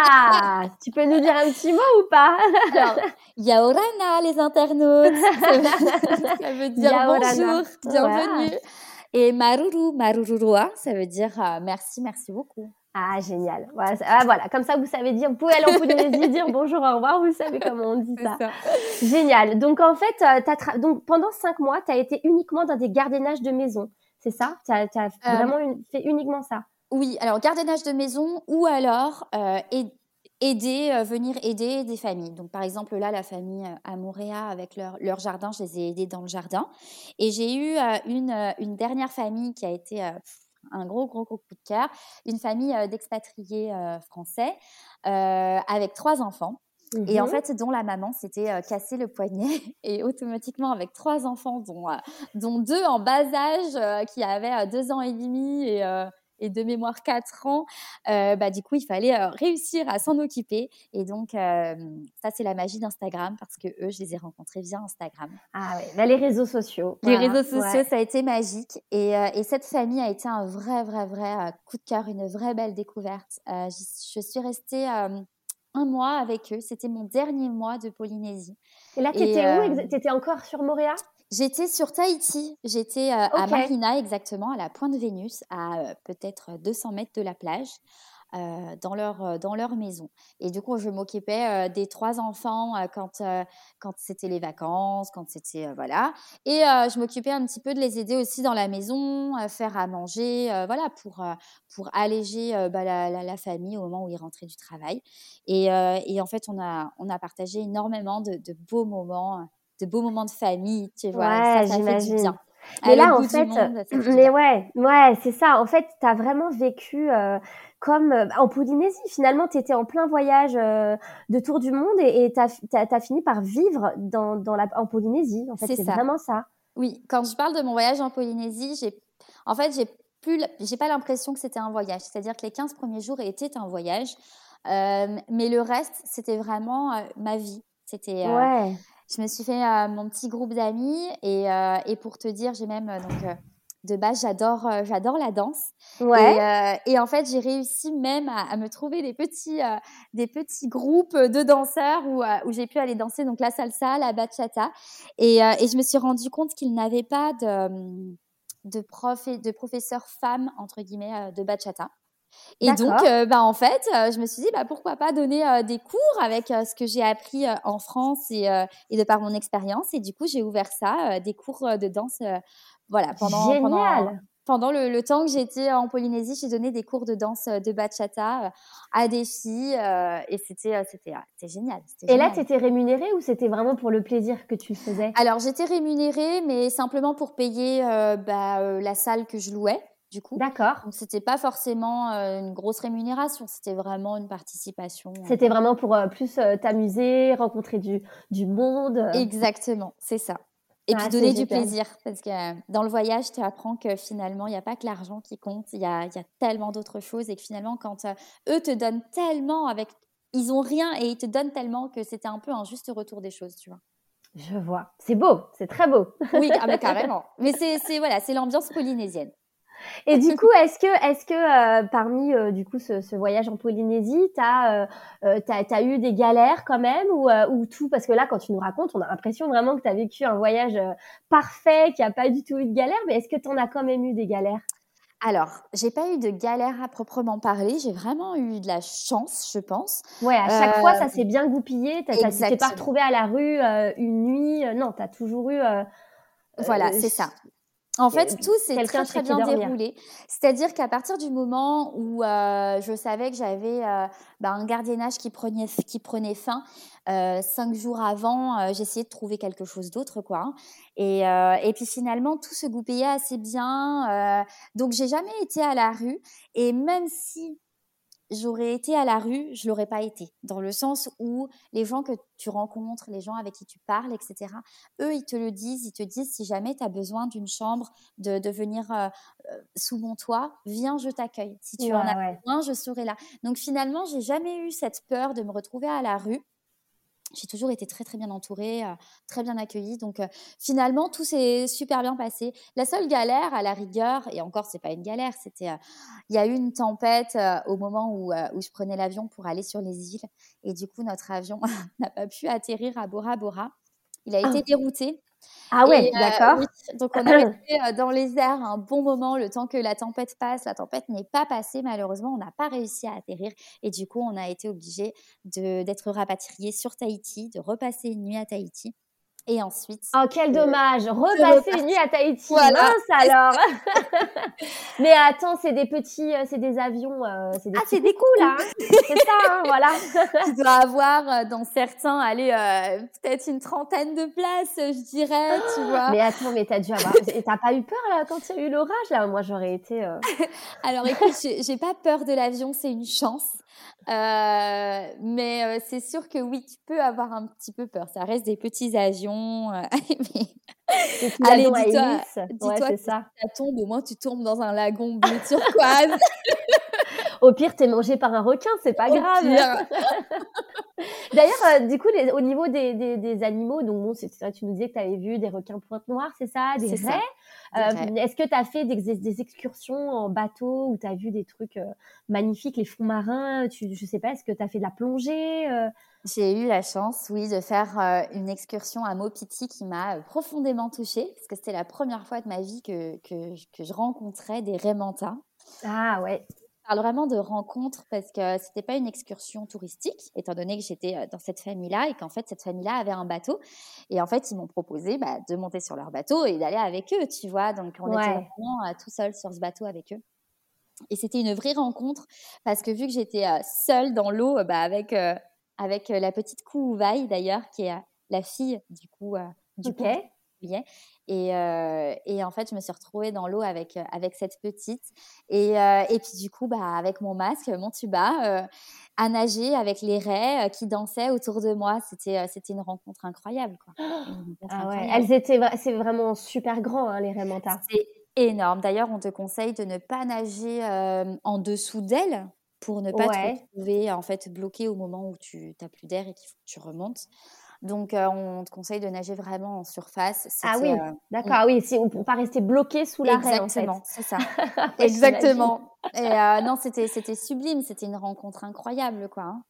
Ah, tu peux nous dire un petit mot ou pas? Alors, Yaorana, les internautes, ça veut, ça veut dire Yaorana. bonjour, bienvenue. Ouais. Et Maruru, Marururua, ça veut dire euh, merci, merci beaucoup. Ah, génial. Voilà, ça- ah, voilà, comme ça, vous savez dire, vous pouvez aller en Polynésie, dire bonjour, au revoir, vous savez comment on dit C'est ça. ça. Génial. Donc, en fait, euh, t'as tra- donc, pendant cinq mois, tu as été uniquement dans des gardiennages de maison. C'est ça? Tu as, Euh, vraiment une- fait uniquement ça? Oui, alors gardiennage de maison ou alors euh, aid- aider, euh, venir aider des familles. Donc, par exemple, là, la famille euh, à Moorea avec leur, leur jardin, je les ai aidés dans le jardin. Et j'ai eu euh, une, euh, une dernière famille qui a été... Euh, un gros, gros, gros coup de cœur. Une famille euh, d'expatriés euh, français euh, avec trois enfants. Mhm. Et en fait, dont la maman s'était euh, cassé le poignet. Et automatiquement, avec trois enfants, dont, euh, dont deux en bas âge, euh, qui avaient euh, deux ans et demi et, euh, et de mémoire quatre ans. Euh, bah, du coup, il fallait euh, réussir à s'en occuper. Et donc, euh, ça, c'est la magie d'Instagram parce que eux, je les ai rencontrés via Instagram. Ah ouais, bah, les réseaux sociaux. Les Voilà. réseaux sociaux, Ouais. ça a été magique. Et, euh, et cette famille a été un vrai, vrai, vrai euh, coup de cœur, une vraie belle découverte. Euh, je, je suis restée euh, un mois avec eux. C'était mon dernier mois de Polynésie. Et là, tu Et, étais où euh, exa- T'étais encore sur Moorea? J'étais sur Tahiti. J'étais euh, à Ok. Marina, exactement, à la Pointe Vénus, à euh, peut-être deux cents mètres de la plage. Euh, dans leur euh, dans leur maison. Et du coup, je m'occupais euh, des trois enfants euh, quand euh, quand c'était les vacances, quand c'était euh, voilà. Et euh, je m'occupais un petit peu de les aider aussi dans la maison, euh, faire à manger, euh, voilà, pour euh, pour alléger euh, bah, la, la, la famille au moment où ils rentraient du travail. Et euh, et en fait, on a on a partagé énormément de, de beaux moments, de beaux moments de famille, tu vois. Et ça, Ouais, ça fait du bien. j'imagine. À Mais là, l'autre en bout du fait, monde, ça fait du mais bien. ouais, ouais, c'est ça. En fait, t'as vraiment vécu euh, comme euh, en Polynésie. Finalement, t'étais en plein voyage euh, de tour du monde et et t'as, t'as, t'as fini par vivre dans, dans la, en Polynésie. En fait, C'est c'est ça. vraiment ça. Oui, quand je parle de mon voyage en Polynésie, j'ai, en fait, j'ai plus, l- j'ai pas l'impression que c'était un voyage. C'est-à-dire que les quinze premiers jours étaient un voyage, euh, mais le reste, c'était vraiment euh, ma vie. C'était, euh, Ouais, je me suis fait euh, mon petit groupe d'amis et, euh, et pour te dire, j'ai même euh, donc euh, de base, j'adore, euh, j'adore la danse ouais. et, euh, et en fait, j'ai réussi même à, à me trouver des petits, euh, des petits groupes de danseurs où, euh, où j'ai pu aller danser donc la salsa, la bachata et, euh, et je me suis rendu compte qu'ils n'avaient pas de de prof et de professeurs femmes entre guillemets euh, de bachata. Et donc, D'accord. euh, bah, en fait, euh, je me suis dit, bah, pourquoi pas donner euh, des cours avec euh, ce que j'ai appris euh, en France et, euh, et de par mon expérience. Et du coup, j'ai ouvert ça, euh, des cours euh, de danse. Euh, voilà, pendant, pendant, Génial. pendant le, le temps que j'étais en Polynésie, j'ai donné des cours de danse euh, de bachata euh, à des filles. Euh, et c'était, euh, c'était, ah, c'était génial. C'était Et là, génial. t'étais rémunérée ou c'était vraiment pour le plaisir que tu le faisais? Alors, j'étais rémunérée, mais simplement pour payer euh, bah, euh, la salle que je louais, du coup. D'accord. Donc, c'était pas forcément euh, une grosse rémunération, c'était vraiment une participation. euh, C'était voilà. vraiment pour euh, plus euh, t'amuser, rencontrer du, du monde. euh. Exactement, c'est ça. Et puis Ah, c'est donner du génial. plaisir, parce que euh, dans le voyage, tu apprends que finalement, il n'y a pas que l'argent qui compte, il y a, il y a tellement d'autres choses et que finalement, quand euh, eux te donnent tellement avec... Ils ont rien et ils te donnent tellement que c'était un peu un juste retour des choses, tu vois. Je vois. C'est beau, c'est très beau. Oui, ah, mais carrément. Mais c'est, c'est, voilà, c'est l'ambiance polynésienne. Et du coup, est-ce que, est-ce que euh, parmi euh, du coup ce, ce voyage en Polynésie, t'as, euh, euh, t'as, t'as eu des galères quand même ou, euh, ou tout? Parce que là, quand tu nous racontes, on a l'impression vraiment que t'as vécu un voyage euh, parfait, qu'il n'y a pas du tout eu de galère. Mais est-ce que t'en as quand même eu des galères? Alors, j'ai pas eu de galère à proprement parler, j'ai vraiment eu de la chance, je pense. Ouais, à chaque Euh, fois, ça s'est bien goupillé. T'as, t'as, tu t'es pas exactement. retrouvé à la rue euh, une nuit. Euh, non, t'as toujours eu euh, Voilà, euh, c'est ça. En fait, tout s'est quelqu'un très chez très qui bien dormir. déroulé. C'est-à-dire qu'à partir du moment où euh, je savais que j'avais euh, bah, un gardiennage qui prenait qui prenait fin, euh, cinq jours avant, euh, j'essayais de trouver quelque chose d'autre, quoi. Hein. Et euh, et puis finalement, tout se goupillait assez bien. Euh, donc j'ai jamais été à la rue. Et même si j'aurais été à la rue, je l'aurais pas été. Dans le sens où les gens que tu rencontres, les gens avec qui tu parles, et cetera, eux, ils te le disent, ils te disent si jamais tu as besoin d'une chambre, de, de venir euh, euh, sous mon toit, viens, je t'accueille. Si tu Ouais, en as ouais. besoin, je serai là. Donc finalement, j'ai jamais eu cette peur de me retrouver à la rue. J'ai toujours été très, très bien entourée, euh, très bien accueillie. Donc, euh, finalement, tout s'est super bien passé. La seule galère, à la rigueur, et encore, c'est pas une galère, c'était... euh, il y a eu une tempête euh, au moment où, euh, où je prenais l'avion pour aller sur les îles. Et du coup, notre avion n'a pas pu atterrir à Bora Bora. Il a été Ah, dérouté. ah Et ouais, euh, d'accord. oui, donc on est resté euh, dans les airs un bon moment, le temps que la tempête passe. La tempête n'est pas passée, malheureusement, on n'a pas réussi à atterrir. Et du coup, on a été obligé de, d'être rapatrié sur Tahiti, de repasser une nuit à Tahiti. Et ensuite, Oh, quel de, dommage. de Repasser une nuit repartir. à Tahiti. Voilà. Mince alors. Mais attends, c'est des petits, euh, c'est des avions, euh, c'est des Ah, petits c'est des coucous là. Hein. C'est ça, hein, voilà. Tu dois avoir euh, dans certains, allez, euh, peut-être une trentaine de places, je dirais, tu vois. Mais attends, mais t'as dû avoir. Et t'as pas eu peur là quand il y a eu l'orage là? Moi, j'aurais été. euh, Alors écoute, j'ai, j'ai pas peur de l'avion, c'est une chance. Euh, mais euh, c'est sûr que oui, tu peux avoir un petit peu peur. Ça reste des petits avions. euh, mais... Des petits Allez, avions à dis-toi, hélice. Ouais, dis-toi c'est que si ça. ça tombe, au moins tu tombes dans un lagon bleu turquoise. Au pire, t'es mangé par un requin, c'est pas Au grave. pire. D'ailleurs, euh, du coup, les- au niveau des, des, des animaux, donc bon, c'est ça, tu nous disais que tu avais vu des requins pointe noire, c'est ça, des C'est raies. ça. Euh, Des raies. est-ce que tu as fait des, des excursions en bateau où tu as vu des trucs euh, magnifiques, les fonds marins, tu, je sais pas, est-ce que tu as fait de la plongée euh J'ai eu la chance, oui, de faire euh, une excursion à Mopiti qui m'a euh, profondément touchée parce que c'était la première fois de ma vie que, que, que je rencontrais des raies mantas. Ah ouais. Je parle vraiment de rencontre parce que c'était pas une excursion touristique, étant donné que j'étais euh, dans cette famille-là et qu'en fait, cette famille-là avait un bateau. Et en fait, ils m'ont proposé bah, de monter sur leur bateau et d'aller avec eux, tu vois. Donc, on était Ouais. vraiment euh, tout seuls sur ce bateau avec eux. Et c'était une vraie rencontre parce que vu que j'étais euh, seule dans l'eau, euh, bah, avec, euh, avec euh, la petite Kouvaï d'ailleurs, qui est euh, la fille du coup euh, du Ok. couple. Et, euh, et en fait, je me suis retrouvée dans l'eau avec, euh, avec cette petite. Et, euh, et puis, du coup, bah, avec mon masque, mon tuba, euh, à nager avec les raies euh, qui dansaient autour de moi. C'était, euh, c'était une rencontre incroyable, quoi. Une rencontre Ah ouais. incroyable. Elles étaient, vra- c'est vraiment super grand, hein, les raies mantas. C'est énorme. D'ailleurs, on te conseille de ne pas nager euh, en dessous d'elles pour ne pas te Ouais. retrouver en fait bloqué au moment où tu n'as plus d'air et qu'il faut que tu remontes. Donc, euh, on te conseille de nager vraiment en surface. Ah C'était oui, euh, d'accord. Ah oui, si, on ne pas rester bloqué sous la raie, en fait. exactement, c'est ça. Ouais, j'imagine. Exactement. Et euh, non, c'était c'était sublime. C'était une rencontre incroyable, quoi. hein.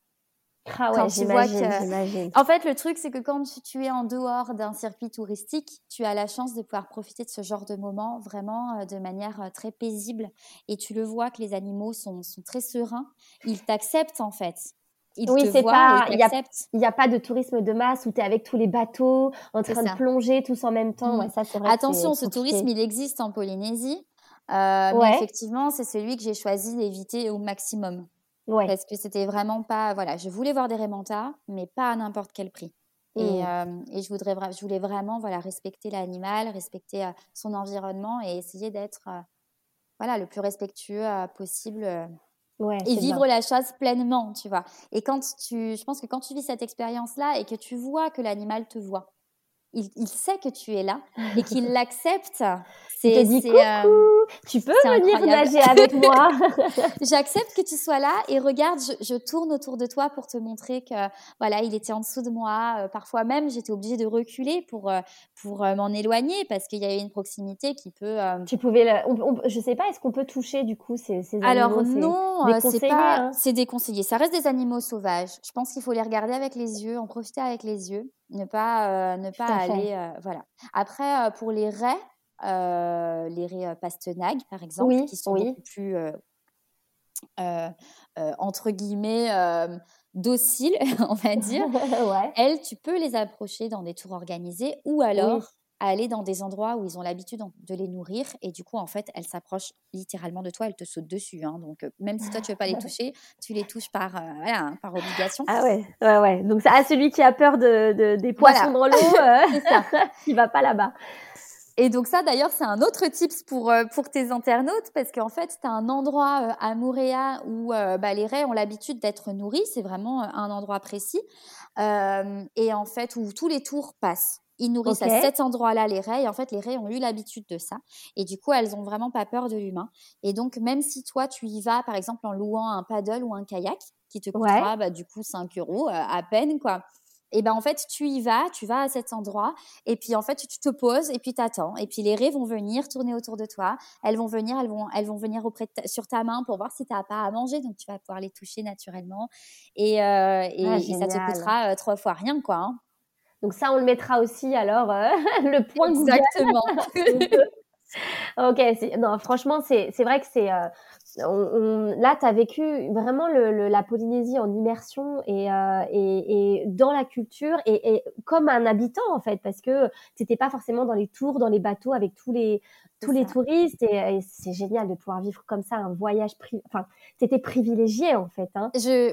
Ah Quand ouais, tu vois j'imagine, que, j'imagine. en fait, le truc, c'est que quand tu, tu es en dehors d'un circuit touristique, tu as la chance de pouvoir profiter de ce genre de moment vraiment euh, de manière euh, très paisible. Et tu le vois que les animaux sont, sont très sereins. Ils t'acceptent, en fait. Ils Oui, te c'est voient et pas, ils il y a, t'acceptent. il y a pas de tourisme de masse où tu es avec tous les bateaux en C'est train de ça. plonger tous en même temps. Mm. Ouais, ça, c'est vrai que c'est Attention, ce tourisme, compliqué. il existe en Polynésie. Euh, mais Ouais, effectivement, c'est celui que j'ai choisi d'éviter au maximum. ouais. Parce que c'était vraiment pas, voilà, je voulais voir des raies mantas, mais pas à n'importe quel prix. Et, Hmm. euh, et je, voudrais, vra- je voulais vraiment voilà, respecter l'animal, respecter euh, son environnement et essayer d'être euh, voilà, le plus respectueux euh, possible euh, Ouais, et c'est vivre bien. la chose pleinement, tu vois. Et quand tu, je pense que quand tu vis cette expérience-là et que tu vois que l'animal te voit, il, il sait que tu es là et qu'il l'accepte, Il te c'est, dit c'est, euh, coucou, tu peux c'est venir incroyable. nager avec moi. J'accepte que tu sois là et regarde, je, je tourne autour de toi pour te montrer que voilà, il était en dessous de moi. Euh, parfois même, j'étais obligée de reculer pour euh, pour euh, m'en éloigner parce qu'il y avait une proximité qui peut. euh, Tu pouvais, le, on, on- je sais pas, est-ce qu'on peut toucher du coup ces, ces Alors animaux? C'est non, euh, c'est déconseillé, pas, hein. c'est déconseillé. Ça reste des animaux sauvages. Je pense qu'il faut les regarder avec les yeux, en profiter avec les yeux, ne pas euh, ne Tout pas à fait. aller euh, voilà. Après, euh, pour les raies, euh, les raies euh, pastenagues par exemple, Oui, qui sont oui. beaucoup plus euh, euh, euh, entre guillemets euh, dociles, on va dire. Ouais. Elles, tu peux les approcher dans des tours organisés ou Oui. alors aller dans des endroits où ils ont l'habitude de les nourrir et du coup en fait elles s'approchent littéralement de toi, elles te sautent dessus hein. Donc euh, même si toi tu veux pas les toucher, tu les touches par euh, voilà, hein, par obligation. Ah ouais, ouais, ouais. Donc, à celui qui a peur de, de des poissons Voilà, dans l'eau, euh, c'est ça. il va pas là-bas. Et donc ça, d'ailleurs, c'est un autre tips pour, euh, pour tes internautes parce qu'en fait, tu as un endroit euh, à Moorea où euh, bah, les raies ont l'habitude d'être nourries. C'est vraiment euh, un endroit précis. Euh, et en fait, où tous les tours passent. Ils nourrissent Ok. à cet endroit-là les raies. Et en fait, les raies ont eu l'habitude de ça. Et du coup, elles ont vraiment pas peur de l'humain. Et donc, même si toi, tu y vas, par exemple, en louant un paddle ou un kayak, qui te Ouais. coûtera bah, du coup cinq euros euh, à peine, quoi. Et ben en fait, tu y vas, tu vas à cet endroit, et puis en fait, tu te poses et puis t'attends. Et puis les raies vont venir tourner autour de toi. Elles vont venir, elles vont, elles vont venir auprès de ta, sur ta main pour voir si t'as pas à manger. Donc tu vas pouvoir les toucher naturellement, et euh, et, Ah, et ça te génial. coûtera euh, trois fois rien, quoi. Hein. Donc ça, on le mettra aussi alors euh, le point Google. Exactement. On peut. Ok, c'est- non, franchement, c'est c'est vrai que c'est euh, on, on- là, tu as vécu vraiment le, le- la Polynésie en immersion et, euh, et, et dans la culture et, et comme un habitant en fait, parce que tu n'étais pas forcément dans les tours, dans les bateaux avec tous les C'est tous les ça. touristes et, et c'est génial de pouvoir vivre comme ça un voyage pri... enfin, tu étais privilégié en fait, hein. Je, oui.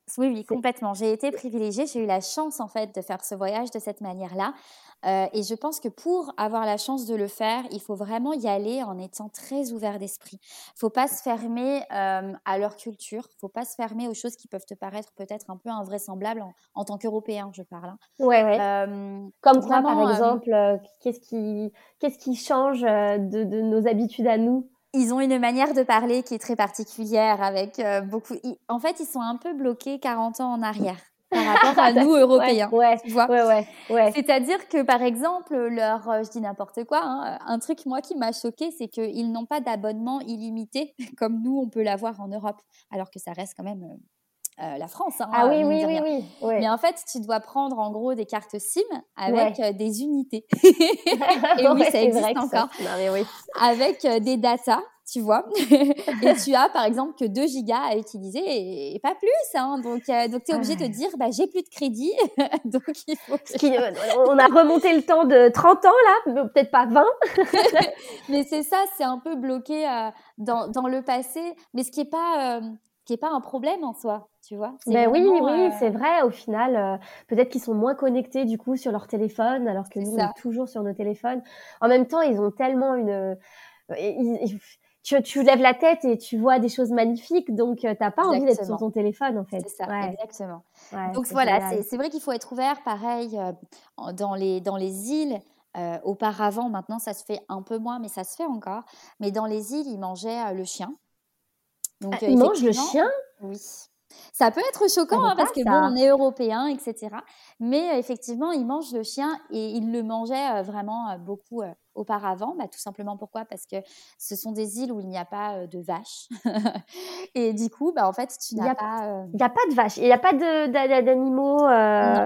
Oui, oui, complètement. J'ai été privilégiée. J'ai eu la chance, en fait, de faire ce voyage de cette manière-là. Euh, et je pense que pour avoir la chance de le faire, il faut vraiment y aller en étant très ouvert d'esprit. Il ne faut pas se fermer euh, à leur culture. Il ne faut pas se fermer aux choses qui peuvent te paraître peut-être un peu invraisemblables en, en tant qu'Européen, je parle. Hein. Ouais, ouais. Euh, Comme quoi, vraiment, par euh, exemple, euh, qu'est-ce qui, qu'est-ce qui change euh, de, de nos habitudes à nous? ils ont une manière de parler qui est très particulière avec euh, beaucoup. ils- En fait, ils sont un peu bloqués quarante ans en arrière par rapport à nous, Ouais, Européens. ouais, Tu vois? ouais, ouais, ouais. C'est-à-dire que, par exemple, leur, euh, je dis n'importe quoi, hein, un truc, moi, qui m'a choquée, c'est qu'ils n'ont pas d'abonnement illimité comme nous, on peut l'avoir en Europe, alors que ça reste quand même euh, euh, la France, hein, Ah euh, oui, mine oui, de oui, rien. oui, Mais ouais, en fait, tu dois prendre en gros des cartes SIM avec ouais. euh, des unités. Et oui, Ouais, ça c'est vrai existe que ça, encore. non mais oui. Avec euh, des datas, tu vois. Et tu as, par exemple, que deux gigas à utiliser et, et pas plus. Hein. Donc, euh, donc tu es Ah obligé de te ouais. dire, bah, j'ai plus de crédit. Donc, il faut que Ce qui, je... euh, on a remonté le temps de trente ans là, mais peut-être pas vingt. Mais c'est ça, c'est un peu bloqué euh, dans, dans le passé. Mais ce qui n'est pas, euh, qui est pas un problème en soi, tu vois. C'est Ben oui, vraiment... oui, euh, c'est vrai. Au final, euh, peut-être qu'ils sont moins connectés du coup sur leur téléphone, alors que c'est nous, on ça. est toujours sur nos téléphones. En même temps, ils ont tellement une, euh, ils- ils- tu, tu lèves la tête et tu vois des choses magnifiques, donc euh, t'as pas envie d'être sur Exactement. ton téléphone en fait. C'est ça, Ouais, exactement. ouais, Donc c'est voilà, c'est génial. c'est vrai qu'il faut être ouvert, pareil, euh, en- dans les, dans les îles. Euh, auparavant, maintenant ça se fait un peu moins, mais ça se fait encore. Mais dans les îles, ils mangeaient euh, le chien. Ah, Donc euh, ils mangent le effectivement, chien? oui. Ça peut être Je choquant savais hein, pas parce que bon, on ça. est européen, et cetera. Mais euh, effectivement, ils mangent le chien et ils le mangeaient euh, vraiment euh, beaucoup euh, auparavant. Bah, tout simplement pourquoi? Parce que ce sont des îles où il n'y a pas euh, de vaches. Et du coup, bah, en fait, tu Il y n'as a, pas... euh, il y a pas de vache, il y a pas de d'a- d'a- d'animaux. Non. euh,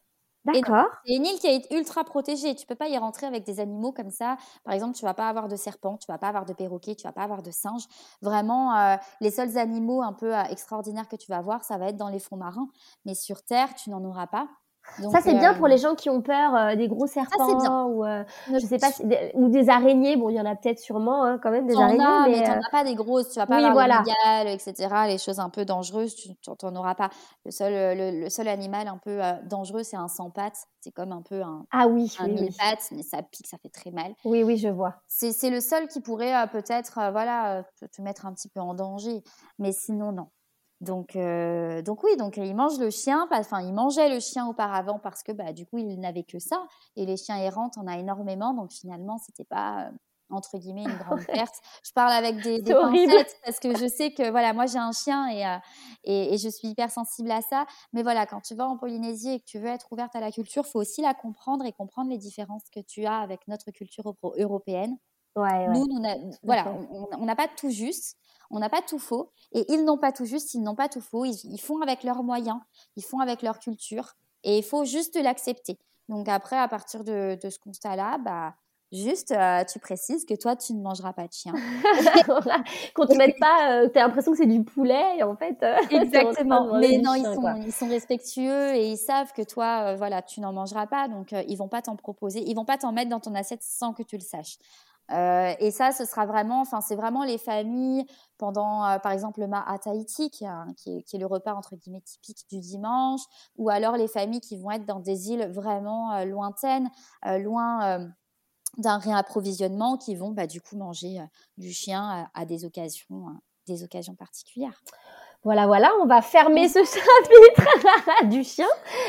Et non, D'accord. c'est une île qui est ultra protégée. Tu peux pas y rentrer avec des animaux comme ça. Par exemple, tu vas pas avoir de serpents, tu vas pas avoir de perroquets, tu vas pas avoir de singes. Vraiment, euh, les seuls animaux un peu euh, extraordinaires que tu vas avoir, ça va être dans les fonds marins. Mais sur Terre, tu n'en auras pas. Ça, Donc, c'est bien euh, pour les gens qui ont peur euh, des gros ça, c'est bien. serpents ou euh, Ne- je sais pas si, des- ou des araignées. Bon, il y en a peut-être sûrement hein, quand même des T'en araignées, as, mais mais t'en euh, as pas des grosses. Tu vas pas oui, avoir les voilà. mygales, et cetera. Les choses un peu dangereuses, tu t'en auras pas. Le seul, le, le seul animal un peu euh, dangereux, c'est un sans pattes. C'est comme un peu un, Ah oui, un oui, mille oui, pattes, mais ça pique, ça fait très mal. oui, oui, je vois. C'est c'est le seul qui pourrait euh, peut-être euh, voilà euh, te, te mettre un petit peu en danger, mais sinon non. Donc euh, donc oui, donc il mange le chien, enfin il mangeait le chien auparavant parce que bah du coup il n'avait que ça et les chiens errants on a énormément donc finalement c'était pas euh, entre guillemets une grande Ouais, perte. Je parle avec des, c'est des horrible. pincettes parce que je sais que voilà moi j'ai un chien et, euh, et et je suis hyper sensible à ça, mais voilà quand tu vas en Polynésie et que tu veux être ouverte à la culture, faut aussi la comprendre et comprendre les différences que tu as avec notre culture euro- européenne. Ouais, Nous, ouais, on a, tout à voilà, fait. on on n'a pas tout juste, on n'a pas tout faux, et ils n'ont pas tout juste, ils n'ont pas tout faux. Ils, ils font avec leurs moyens, ils font avec leur culture, et il faut juste l'accepter. Donc après, à partir de, de ce constat-là, bah, juste, euh, tu précises que toi, tu ne mangeras pas de chien. Voilà. Qu'on te mette pas, euh, t'as l'impression que c'est du poulet et en fait, euh, t'es en train de Exactement. manger Mais du non, ils chien, sont, quoi. ils sont respectueux et ils savent que toi, euh, voilà, tu n'en mangeras pas, donc euh, ils vont pas t'en proposer, ils vont pas t'en mettre dans ton assiette sans que tu le saches. Euh, et ça, ce sera vraiment, enfin, c'est vraiment les familles pendant, euh, par exemple, le Ma à Tahiti, qui, est un- qui, est, qui est le repas entre guillemets typique du dimanche, ou alors les familles qui vont être dans des îles vraiment euh, lointaines, euh, loin euh, d'un réapprovisionnement, qui vont bah, du coup manger euh, du chien à, à des occasions, euh, des occasions particulières. Voilà, voilà, on va fermer ce chapitre du chien.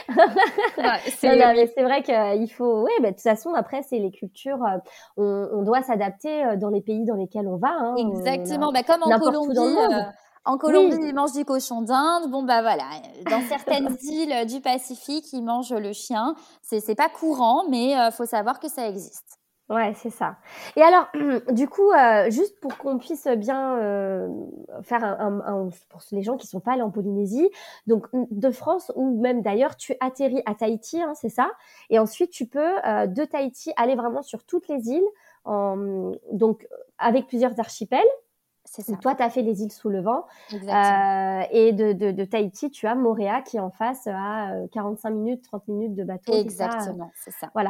Ouais, Non, c'est non, mais oui. c'est vrai qu'il faut, ouais, bah, de toute façon, après, c'est les cultures, euh, on, on doit s'adapter euh, dans les pays dans lesquels on va, hein, on a Exactement, bah, comme en n'importe où dans le Colombie, heu, monde. en Colombie, Oui, ils mangent du cochon d'Inde. Bon, bah, voilà, dans certaines îles, heu, du Pacifique, ils mangent le chien. C'est c'est pas courant, mais heu, faut savoir que ça existe. ouais, c'est ça. Et alors, du coup, euh, juste pour qu'on puisse bien euh, faire un, un- un- pour les gens qui sont pas allés en Polynésie, donc de France ou même d'ailleurs, tu atterris à Tahiti, hein, c'est ça. Et ensuite, tu peux euh, de Tahiti aller vraiment sur toutes les îles, en, donc avec plusieurs archipels. C'est Donc, ça, toi, tu as fait les îles sous le vent. exactement. Euh, et de, de, de Tahiti, tu as Moorea qui est en face à euh, quarante-cinq minutes, trente minutes de bateau, c'est ça? Exactement, c'est ça. Voilà.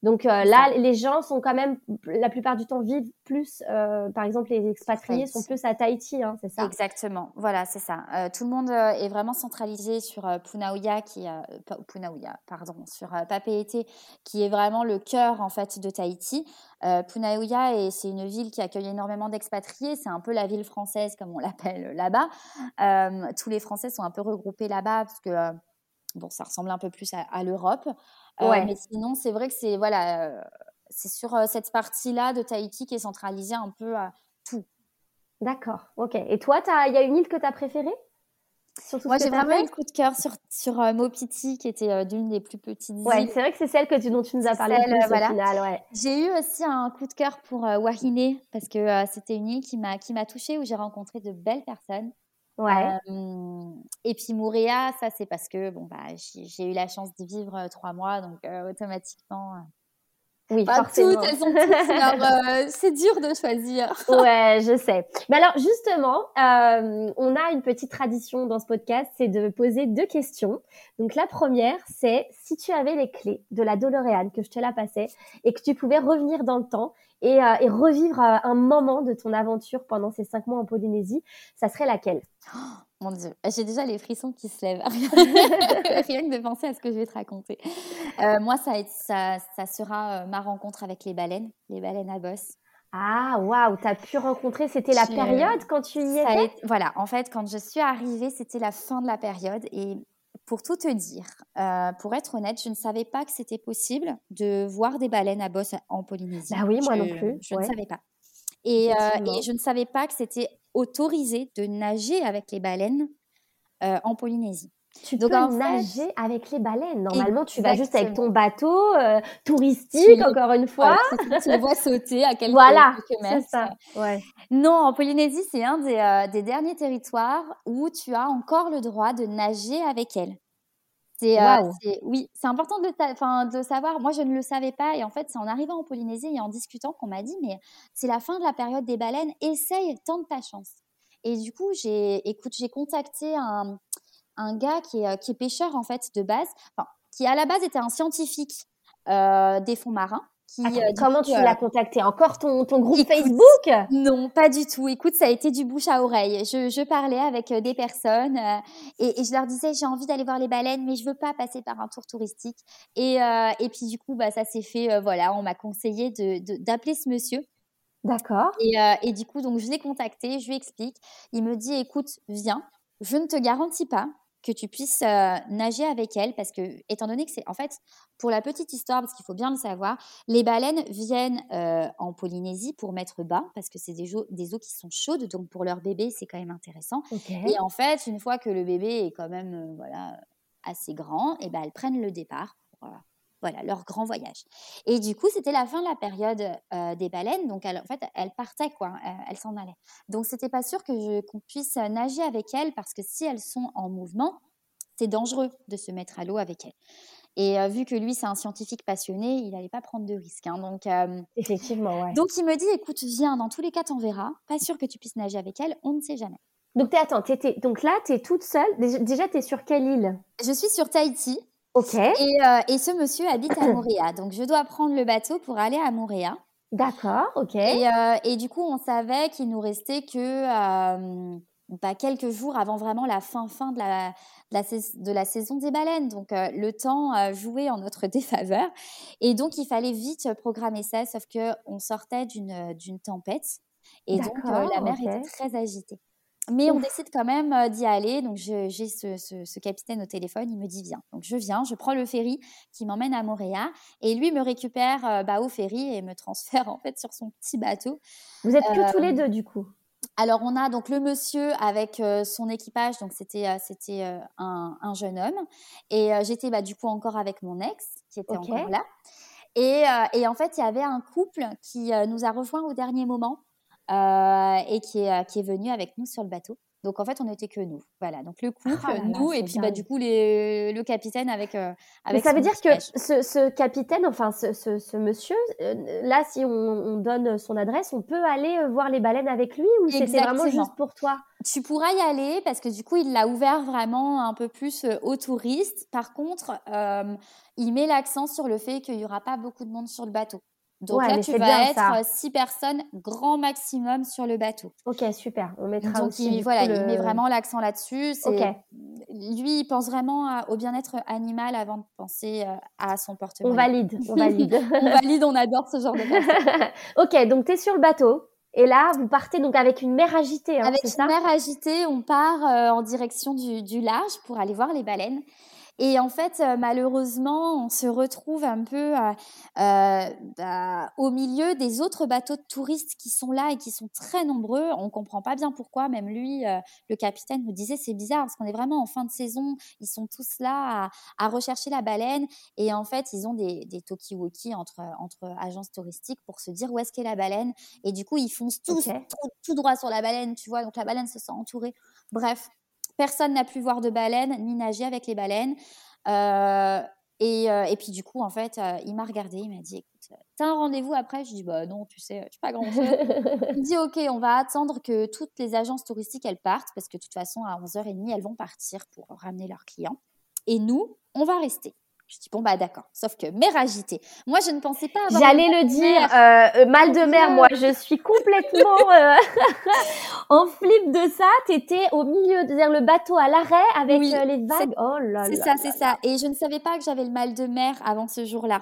Donc euh, là, les gens sont quand même, la plupart du temps, vivent plus, euh, par exemple, les expatriés sont plus à Tahiti, hein, c'est ça? Exactement, voilà, c'est ça. Euh, tout le monde euh, est vraiment centralisé sur euh, Punaouia, qui, euh, Punaouia, pardon, sur euh, Papeete, qui est vraiment le cœur en fait de Tahiti. Euh, Punaouia, et c'est une ville qui accueille énormément d'expatriés. C'est un peu la ville française, comme on l'appelle là-bas. Euh, tous les Français sont un peu regroupés là-bas parce que euh, bon, ça ressemble un peu plus à, à l'Europe. Euh, Ouais. Mais sinon, c'est vrai que c'est voilà, euh, c'est sur euh, cette partie-là de Tahiti qui est centralisée un peu à tout. D'accord, ok. Et toi, il y a une île que tu as préférée? Sur tout Moi, ce que j'ai t'as vraiment fait? eu le coup de cœur sur, sur euh, Mopiti, qui était euh, d'une des plus petites Ouais, îles. c'est vrai que c'est celle que tu, dont tu nous as C'est parlé le celle, plus euh, au voilà. final, ouais. J'ai eu aussi un coup de cœur pour euh, Wahine, parce que euh, c'était une île qui m'a, qui m'a touchée, où j'ai rencontré de belles personnes. Ouais. Euh, et puis Moorea, ça c'est parce que bon, bah, j'ai, j'ai eu la chance d'y vivre euh, trois mois, donc euh, automatiquement... Euh, Oui, pas forcément. toutes, elles ont toutes leur... Euh, c'est dur de choisir. Ouais, je sais. Mais alors, justement, euh, on a une petite tradition dans ce podcast, c'est de poser deux questions. Donc, la première, c'est si tu avais les clés de la DeLorean, que je te la passais, et que tu pouvais revenir dans le temps et, euh, et revivre euh, un moment de ton aventure pendant ces cinq mois en Polynésie, ça serait laquelle? Oh, mon Dieu, j'ai déjà les frissons qui se lèvent. Rien que de penser à ce que je vais te raconter. Euh, moi, ça, ça, ça sera euh, ma rencontre avec les baleines, les baleines à bosse. Ah, waouh, t'as pu rencontrer, c'était la Je- période quand tu y ça a étais? été- Voilà, en fait, quand je suis arrivée, c'était la fin de la période. Et pour tout te dire, euh, pour être honnête, je ne savais pas que c'était possible de voir des baleines à bosse en Polynésie. Bah oui, moi non Je, plus, je ouais, ne savais pas. Et, euh, effectivement. et je ne savais pas que c'était autorisé de nager avec les baleines euh, en Polynésie. Tu Donc peux en fait, nager avec les baleines. Normalement, tu vas juste avec ton exactement. bateau euh, Tu touristique, les, encore une voilà, fois. c'est ça, tu les vois sauter à quelques, Voilà, quelques c'est mètres. ça. Ouais. Non, en Polynésie, c'est un des, euh, des derniers territoires où tu as encore le droit de nager avec elles. C'est, euh, Waouh. c'est, oui, c'est important de, ta- 'fin, de savoir. Moi, je ne le savais pas. Et en fait, c'est en arrivant en Polynésie et en discutant qu'on m'a dit, mais c'est la fin de la période des baleines. Essaye, tente ta chance. Et du coup, j'ai, écoute, j'ai contacté un, un gars qui est, euh, qui est pêcheur, en fait, de base, enfin, qui à la base était un scientifique euh, des fonds marins. Qui, Attends, euh, mais du comment coup, tu euh, l'as contacté? Encore ton, ton groupe écoute, Facebook? non, pas du tout. Écoute, ça a été du bouche à oreille. Je, je parlais avec euh, des personnes euh, et, et je leur disais, j'ai envie d'aller voir les baleines, mais je veux pas passer par un tour touristique. Et, euh, et puis du coup, bah, ça s'est fait. Euh, voilà, on m'a conseillé de, de- d'appeler ce monsieur. D'accord. Et, euh, et du coup, donc je l'ai contacté, je lui explique. Il me dit, écoute, viens. Je ne te garantis pas que tu puisses euh, nager avec elle parce que, étant donné que c'est, en fait, pour la petite histoire, parce qu'il faut bien le savoir, les baleines viennent euh, en Polynésie pour mettre bas parce que c'est des, jo- des eaux qui sont chaudes, donc pour leur bébé, c'est quand même intéressant. Ok. Et en fait, une fois que le bébé est quand même, euh, voilà, assez grand, et ben elles prennent le départ pour, euh, voilà, leur grand voyage. Et du coup, c'était la fin de la période euh, des baleines, donc elles, en fait, elles partaient, quoi, elles, elles s'en allaient. Donc, c'était pas sûr que je, qu'on puisse nager avec elles parce que si elles sont en mouvement, c'est dangereux de se mettre à l'eau avec elles. Et euh, vu que lui, c'est un scientifique passionné, il n'allait pas prendre de risques. Hein. Donc, euh, Effectivement, ouais. donc, il me dit, écoute, viens, dans tous les cas, t'en verras. Pas sûr que tu puisses nager avec elle, on ne sait jamais. Donc, t'es, attends, t'étais, donc là, t'es toute seule. Déjà, déjà, t'es sur quelle île? Je suis sur Tahiti. Ok. Et, euh, et ce monsieur habite à Moorea. Donc, je dois prendre le bateau pour aller à Moorea. D'accord, ok. Et, euh, et du coup, on savait qu'il nous restait que euh, bah, quelques jours avant vraiment la fin, fin de, la, de, la, de la saison des baleines. Donc, euh, le temps euh, jouait en notre défaveur. Et donc, il fallait vite programmer ça, sauf qu'on sortait d'une, d'une tempête. Et donc, euh, la mer ok. était très agitée. Mais Ouf. on décide quand même euh, d'y aller. Donc, je, j'ai ce, ce, ce capitaine au téléphone. Il me dit, viens. Donc, je viens. Je prends le ferry qui m'emmène à Moorea. Et lui me récupère euh, bah, au ferry et me transfère en fait sur son petit bateau. Vous êtes que Euh, tous les deux, du coup? Alors, on a donc le monsieur avec euh, son équipage. Donc, c'était, euh, c'était euh, un, un jeune homme. Et euh, j'étais bah, du coup encore avec mon ex qui était Ok. encore là. Et, euh, et en fait, il y avait un couple qui euh, nous a rejoints au dernier moment. Euh, et qui est, qui est venu avec nous sur le bateau. Donc en fait, on n'était que nous. Voilà, donc le couple, Oh là là, nous, et c'est puis bah, dingue. du coup, les, le capitaine avec, euh, Mais avec ça veut son dire que équipage. ce, ce capitaine, enfin ce, ce, ce monsieur, euh, là, si on, on donne son adresse, on peut aller euh, voir les baleines avec lui ou c'était vraiment juste Exactement. pour toi? Tu pourras y aller parce que du coup, il l'a ouvert vraiment un peu plus euh, aux touristes. Par contre, euh, il met l'accent sur le fait qu'il n'y aura pas beaucoup de monde sur le bateau. Donc Ouais, là, mais tu c'est bien vas être ça. euh, six personnes, grand maximum, sur le bateau. Ok, super. On mettra Donc, aussi il, du voilà, coup il met le... vraiment l'accent là-dessus. Ok. C'est, lui, il pense vraiment à- au bien-être animal avant de penser euh, à son On porte-monnaie. valide, on valide. On valide, on adore ce genre de personnes. Ok, donc tu es sur le bateau et là, vous partez donc avec une mer agitée, hein, Avec c'est une ça? mer agitée, on part euh, en direction du, du large pour aller voir les baleines. Et en fait, euh, malheureusement, on se retrouve un peu euh, euh, bah, au milieu des autres bateaux de touristes qui sont là et qui sont très nombreux. On comprend pas bien pourquoi. Même lui, euh, le capitaine, nous disait c'est bizarre parce qu'on est vraiment en fin de saison. Ils sont tous là à, à rechercher la baleine. Et en fait, ils ont des, des talkie-walkie entre, entre agences touristiques pour se dire où est-ce qu'est la baleine. Et du coup, ils foncent tous Ok. tout, tout droit sur la baleine, tu vois. Donc, la baleine se sent entourée. Bref. Personne n'a pu voir de baleine ni nager avec les baleines. Euh, et, euh, et puis du coup, en fait, euh, il m'a regardé, il m'a dit, écoute, t'as un rendez-vous après? Je dis, bah non, tu sais, je suis pas grand-chose. Il me dit, ok, on va attendre que toutes les agences touristiques, elles partent, parce que de toute façon, à onze heures trente, elles vont partir pour ramener leurs clients. Et nous, on va rester. Je dis, bon, bah d'accord. Sauf que mer agitée. Moi, je ne pensais pas avoir J'allais le dire, euh, euh, mal de mer, moi, je suis complètement euh, en flip de ça. T'étais au milieu, c'est-à-dire le bateau à l'arrêt avec Oui, euh, les c'est, vagues. Oh là c'est là ça, là c'est là. ça. Et je ne savais pas que j'avais le mal de mer avant ce jour-là.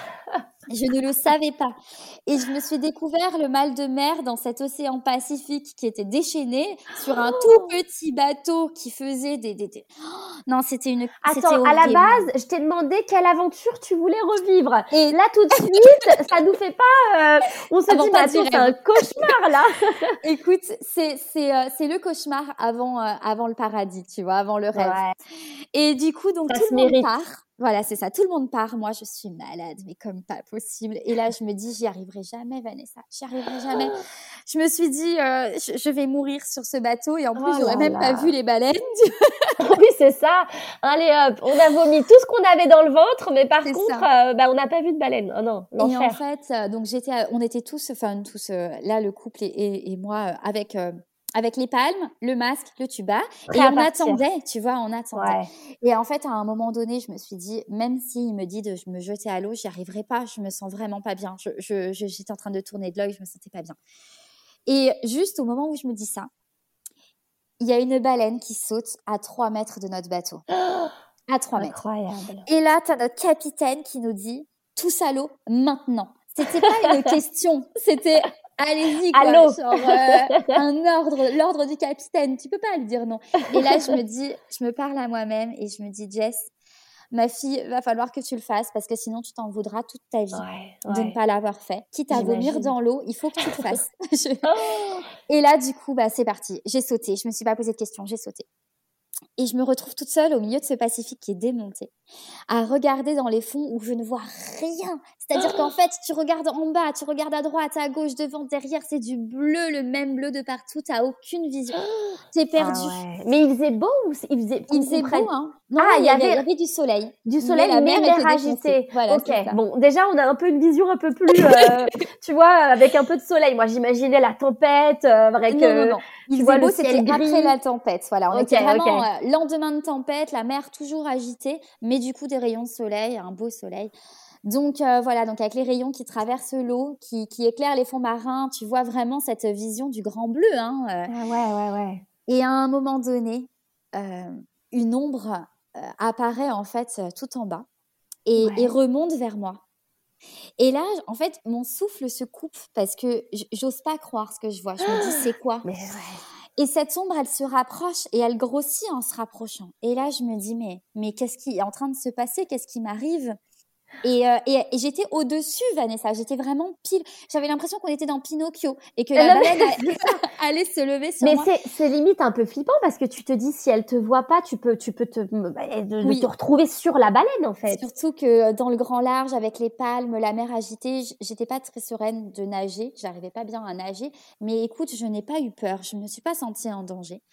Je ne le savais pas. Et je me suis découvert le mal de mer dans cet océan Pacifique qui était déchaîné sur un tout petit bateau qui faisait des... des, des... Oh, non, c'était une... c'était Attends, à la horrible. base, je t'ai demandé quelle aventure tu voulais revivre. Et là, tout de suite, ça nous fait pas... Euh, on se Avant dit, pas mais du attends, c'est rêve. un cauchemar, là. Écoute, c'est, c'est, euh, c'est le cauchemar avant, euh, avant le paradis, tu vois, avant le rêve. Ouais, Et du coup, donc, ça tout se le monde mérite. part. Voilà, c'est ça. Tout le monde part. Moi, je suis malade, mais comme pas possible. Et là, je me dis, j'y arriverai jamais, Vanessa. J'y arriverai jamais. Je me suis dit, euh, je, je vais mourir sur ce bateau. Et en plus, Oh j'aurais là même pas là. vu les baleines. Oui, c'est ça. Allez hop, on a vomi tout ce qu'on avait dans le ventre, mais par C'est contre, ça. euh, bah, on n'a pas vu de baleine. Oh non, Et en l'enfer. fait, euh, donc j'étais, à- on était tous, enfin tous, euh, là, le couple et, et, et moi, euh, avec, euh, avec les palmes, le masque, le tuba, Prêt et à on partir. attendait, tu vois, on attendait. Ouais. Et en fait, à un moment donné, je me suis dit, même s'il me dit de me jeter à l'eau, j'y arriverai pas, je me sens vraiment pas bien. Je, je, je- j'étais en train de tourner de l'œil, je me sentais pas bien. Et juste au moment où je me dis ça, il y a une baleine qui saute à trois mètres de notre bateau. À trois mètres. Incroyable. Et là, tu as notre capitaine qui nous dit, tous à l'eau maintenant. C'était pas une question, c'était allez-y, quoi. À l'eau. Genre, euh, un ordre, l'ordre du capitaine. Tu peux pas lui dire non. Et là, je me dis, je me parle à moi-même et je me dis, Jess, ma fille, va falloir que tu le fasses parce que sinon tu t'en voudras toute ta vie Ouais, de ne ouais. pas l'avoir fait. Quitte à vomir J'imagine. dans l'eau, il faut que tu le fasses. Je- Oh. Et là, du coup, bah, c'est parti. J'ai sauté. Je me suis pas posé de questions. J'ai sauté. Et je me retrouve toute seule au milieu de ce Pacifique qui est démonté, à regarder dans les fonds où je ne vois rien. C'est-à-dire qu'en fait, tu regardes en bas, tu regardes à droite, à gauche, devant, derrière, c'est du bleu, le même bleu de partout, t'as aucune vision. T'es perdu. Ah ouais. Mais il faisait beau ou il faisait... Il qu'on faisait comprenne- beau, hein. Non, Ah, il il y y avait, il y avait avait du soleil. du soleil, mais la mais mer était mer défoncée. agitée. Voilà, Ok, c'est ça. bon, déjà, on a un peu une vision un peu plus, euh, tu vois, avec un peu de soleil. Moi, j'imaginais la tempête, euh, avec, Non, non, euh, non. Il tu faisait vois, beau, le ciel c'était gris. après la tempête. Voilà, on Ok, était vraiment ok. euh, lendemain de tempête, la mer toujours agitée, mais du coup des rayons de soleil, un beau soleil. Donc euh, voilà, donc avec les rayons qui traversent l'eau, qui, qui éclairent les fonds marins, tu vois vraiment cette vision du grand bleu. Hein, euh. Ah ouais, ouais, ouais. Et à un moment donné, euh, une ombre euh, apparaît en fait euh, tout en bas et, Ouais. et remonte vers moi. Et là, en fait, mon souffle se coupe parce que j- j'ose pas croire ce que je vois. Je me dis, c'est quoi? Mais ouais. Et cette ombre, elle se rapproche et elle grossit en se rapprochant. Et là, je me dis, mais, mais qu'est-ce qui est en train de se passer? Qu'est-ce qui m'arrive? Et, euh, et, et j'étais au-dessus, Vanessa. J'étais vraiment pile. J'avais l'impression qu'on était dans Pinocchio et que Euh, la non, mais baleine c'est ça. allait se lever sur Mais moi. c'est, c'est limite un peu flippant parce que tu te dis si elle te voit pas, tu peux, tu peux te, de, de Oui. te retrouver sur la baleine en fait. Surtout que dans le grand large, avec les palmes, la mer agitée, j- j'étais pas très sereine de nager. J'arrivais pas bien à nager. Mais écoute, je n'ai pas eu peur. Je me suis pas sentie en danger.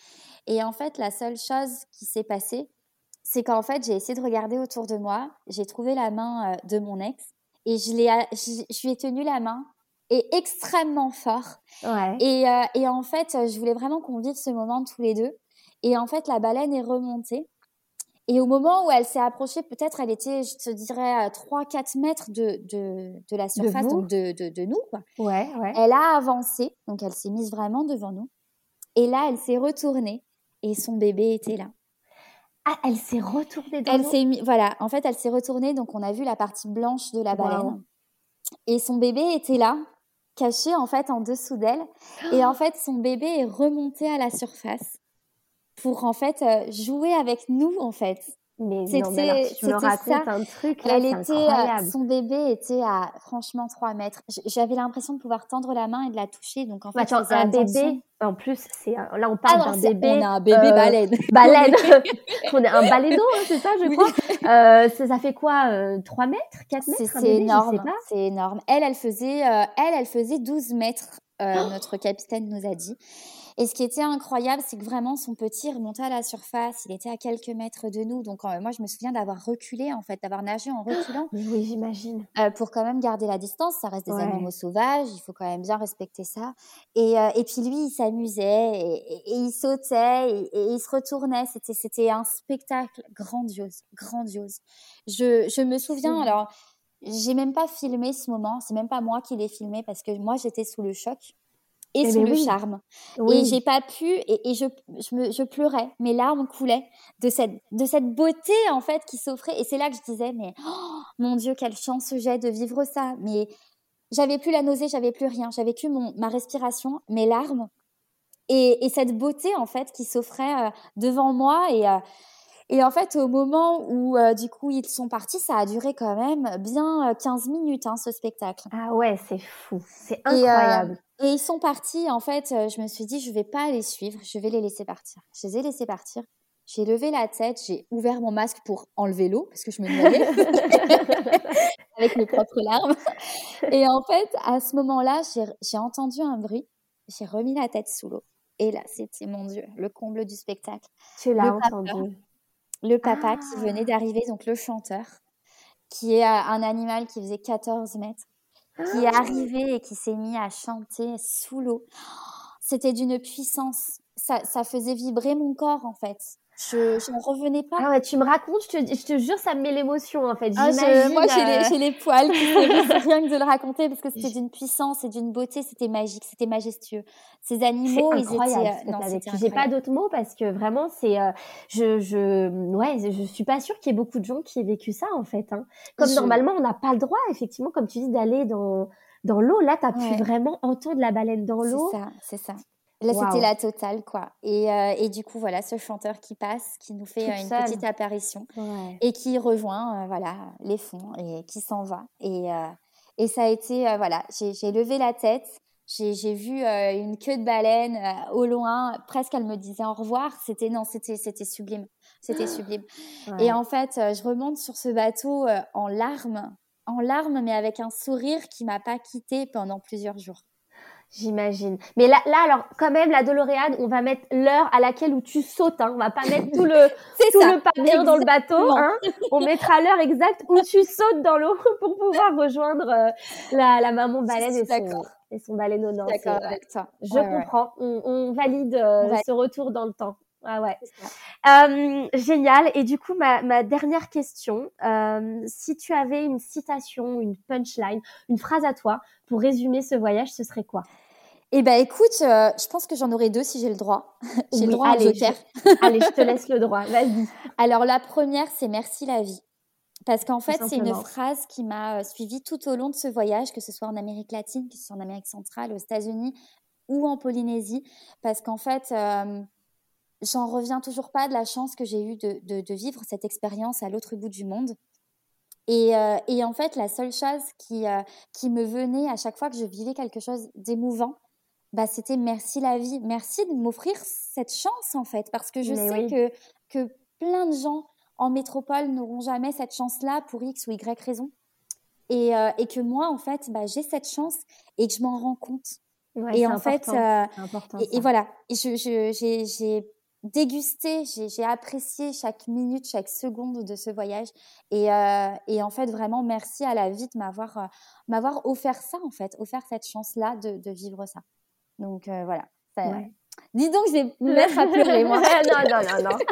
Et en fait, la seule chose qui s'est passée, c'est qu'en fait, j'ai essayé de regarder autour de moi. J'ai trouvé la main euh, de mon ex et je, l'ai, je, je lui ai tenu la main et extrêmement fort. Ouais. Et, euh, et en fait, je voulais vraiment qu'on vive ce moment tous les deux. Et en fait, la baleine est remontée. Et au moment où elle s'est approchée, peut-être elle était, je te dirais, à trois à quatre mètres de, de, de la surface, De vous? donc de, de, de nous, quoi. Ouais, ouais. Elle a avancé, donc elle s'est mise vraiment devant nous. Et là, elle s'est retournée et son bébé était là. Ah, elle s'est retournée dans Elle l'eau? s'est mis, voilà, en fait, elle s'est retournée, donc on a vu la partie blanche de la baleine. Wow. Et son bébé était là, caché en fait en dessous d'elle. Et en fait, son bébé est remonté à la surface pour en fait euh, jouer avec nous, en fait. Mais C'était, non, mais alors tu me c'était racontes ça. un truc là, Elle c'est était, euh, incroyable. son bébé était à franchement trois mètres. J- J'avais l'impression de pouvoir tendre la main et de la toucher. Donc en fait, Attends, je faisais un attention. bébé, en plus, c'est un- là on Ah parle non, d'un c'est- on bébé, a un bébé euh, baleine. baleine, on est un baleineau, hein, c'est ça, je crois. Euh, ça, ça fait quoi, euh, trois mètres, quatre C'est, mètres, un c'est bébé, je sais énorme, pas. c'est énorme. Elle, elle faisait, euh, elle, elle faisait douze mètres. euh, notre capitaine nous a dit. Et ce qui était incroyable, c'est que vraiment son petit remontait à la surface. Il était à quelques mètres de nous. Donc euh, moi, je me souviens d'avoir reculé en fait, d'avoir nagé en reculant Mais oui, j'imagine. euh, pour quand même garder la distance. Ça reste des Ouais. animaux sauvages, il faut quand même bien respecter ça. Et, euh, et puis lui, il s'amusait et, et, et il sautait et, et il se retournait. C'était, c'était un spectacle grandiose, grandiose. Je, je me souviens, C'est- alors, j'ai même pas filmé ce moment. C'est même pas moi qui l'ai filmé parce que moi, j'étais sous le choc et Eh sous mais le oui, charme. Et oui. j'ai pas pu, et, et je, je, me, je pleurais, mes larmes coulaient de cette, de cette beauté en fait qui s'offrait. Et c'est là que je disais, mais oh, mon Dieu, quelle chance j'ai de vivre ça. Mais j'avais plus la nausée, j'avais plus rien, j'avais que mon, ma respiration, mes larmes et, et cette beauté en fait qui s'offrait euh, devant moi. Et, euh, et en fait, au moment où euh, du coup ils sont partis, ça a duré quand même bien euh, quinze minutes hein, ce spectacle. Ah ouais, c'est fou, c'est Et, euh, incroyable. et ils sont partis, en fait, euh, je me suis dit, je vais pas les suivre, je vais les laisser partir. Je les ai laissés partir. J'ai levé la tête, j'ai ouvert mon masque pour enlever l'eau, parce que je me noyais avec mes propres larmes. Et en fait, à ce moment-là, j'ai, j'ai entendu un bruit, j'ai remis la tête sous l'eau. Et là, c'était, mon Dieu, le comble du spectacle. Tu l'as Le papa, entendu. le papa qui venait Ah, d'arriver, donc le chanteur, qui est euh, un animal qui faisait quatorze mètres, qui est arrivé et qui s'est mis à chanter sous l'eau. C'était d'une puissance. Ça, ça faisait vibrer mon corps, en fait. Je j'en revenais pas. ah ouais, tu me racontes, je te, je te jure, ça me met l'émotion en fait. Ah, je, J'imagine. moi, j'ai les, euh, j'ai les poils qui s'érissent rien que de le raconter parce que c'était j- d'une puissance et d'une beauté. C'était magique, c'était majestueux. Ces C'est animaux, ils incroyable étaient... ce euh, que non, tu as c'était vécu. J'ai pas incroyable. d'autres mots parce que vraiment, c'est, euh, je, je, ouais, je suis pas sûre qu'il y ait beaucoup de gens qui aient vécu ça en fait. Hein. Comme Je... normalement, on n'a pas le droit, effectivement, comme tu dis, d'aller dans dans l'eau. Là, tu as pu Ouais, vraiment entendre la baleine dans c'est l'eau. ça, c'est ça. Là, c'était Waouh, la totale, quoi. Et, euh, et du coup, voilà, ce chanteur qui passe, qui nous fait toute euh, une seule. petite apparition Ouais. et qui rejoint, euh, voilà, les fonds et qui s'en va. Et, euh, et ça a été, euh, voilà, j'ai, j'ai levé la tête, j'ai, j'ai vu euh, une queue de baleine euh, au loin, presque elle me disait au revoir. C'était, non, c'était, c'était sublime, c'était sublime. Et Ouais. en fait, euh, je remonte sur ce bateau euh, en larmes, en larmes, mais avec un sourire qui m'a pas quittée pendant plusieurs jours. J'imagine. Mais là, là, alors, quand même, la DeLorean, on va mettre l'heure à laquelle où tu sautes. Hein. On va pas mettre tout le, C'est tout ça, le pas bien dans le bateau. exactement. Hein. On mettra l'heure exacte où tu sautes dans l'eau pour pouvoir rejoindre euh, la, la maman Je baleine suis et son, d'accord, et son baleineau. je Non, suis c'est, d'accord ouais. avec toi. Je Ouais, ouais, comprends. On, on valide on euh, va ce retour dans le temps. Ah ouais. c'est ça. Euh, génial. Et du coup, ma, ma dernière question, euh, si tu avais une citation, une punchline, une phrase à toi pour résumer ce voyage, ce serait quoi? Eh ben écoute, euh, je pense que j'en aurai deux si j'ai le droit. J'ai le Oui, droit à un allez, je, joker. allez, je te laisse le droit. Vas-y, Alors la première, c'est merci la vie. Parce qu'en tout fait, c'est une simplement. phrase qui m'a euh, suivie tout au long de ce voyage, que ce soit en Amérique latine, que ce soit en Amérique centrale, aux États-Unis ou en Polynésie. Parce qu'en fait, euh, j'en reviens toujours pas de la chance que j'ai eue de, de, de vivre cette expérience à l'autre bout du monde. Et, euh, et en fait, la seule chose qui, euh, qui me venait à chaque fois que je vivais quelque chose d'émouvant, bah, c'était merci la vie. Merci de m'offrir cette chance, en fait, parce que je Mais sais oui, que, que plein de gens en métropole n'auront jamais cette chance-là pour X ou Y raison. Et, euh, et que moi, en fait, bah, j'ai cette chance et que je m'en rends compte. ouais, Et c'est en fait, important. euh, C'est important et, et ça. voilà, je, je, j'ai, j'ai dégusté, j'ai, j'ai apprécié chaque minute, chaque seconde de ce voyage. Et, euh, et en fait, vraiment, merci à la vie de m'avoir, euh, m'avoir offert ça, en fait, offert cette chance-là de, de vivre ça. Donc, euh, voilà. Ça, ouais. Dis donc, je vais me mettre à pleurer, moi. non, non, non, non.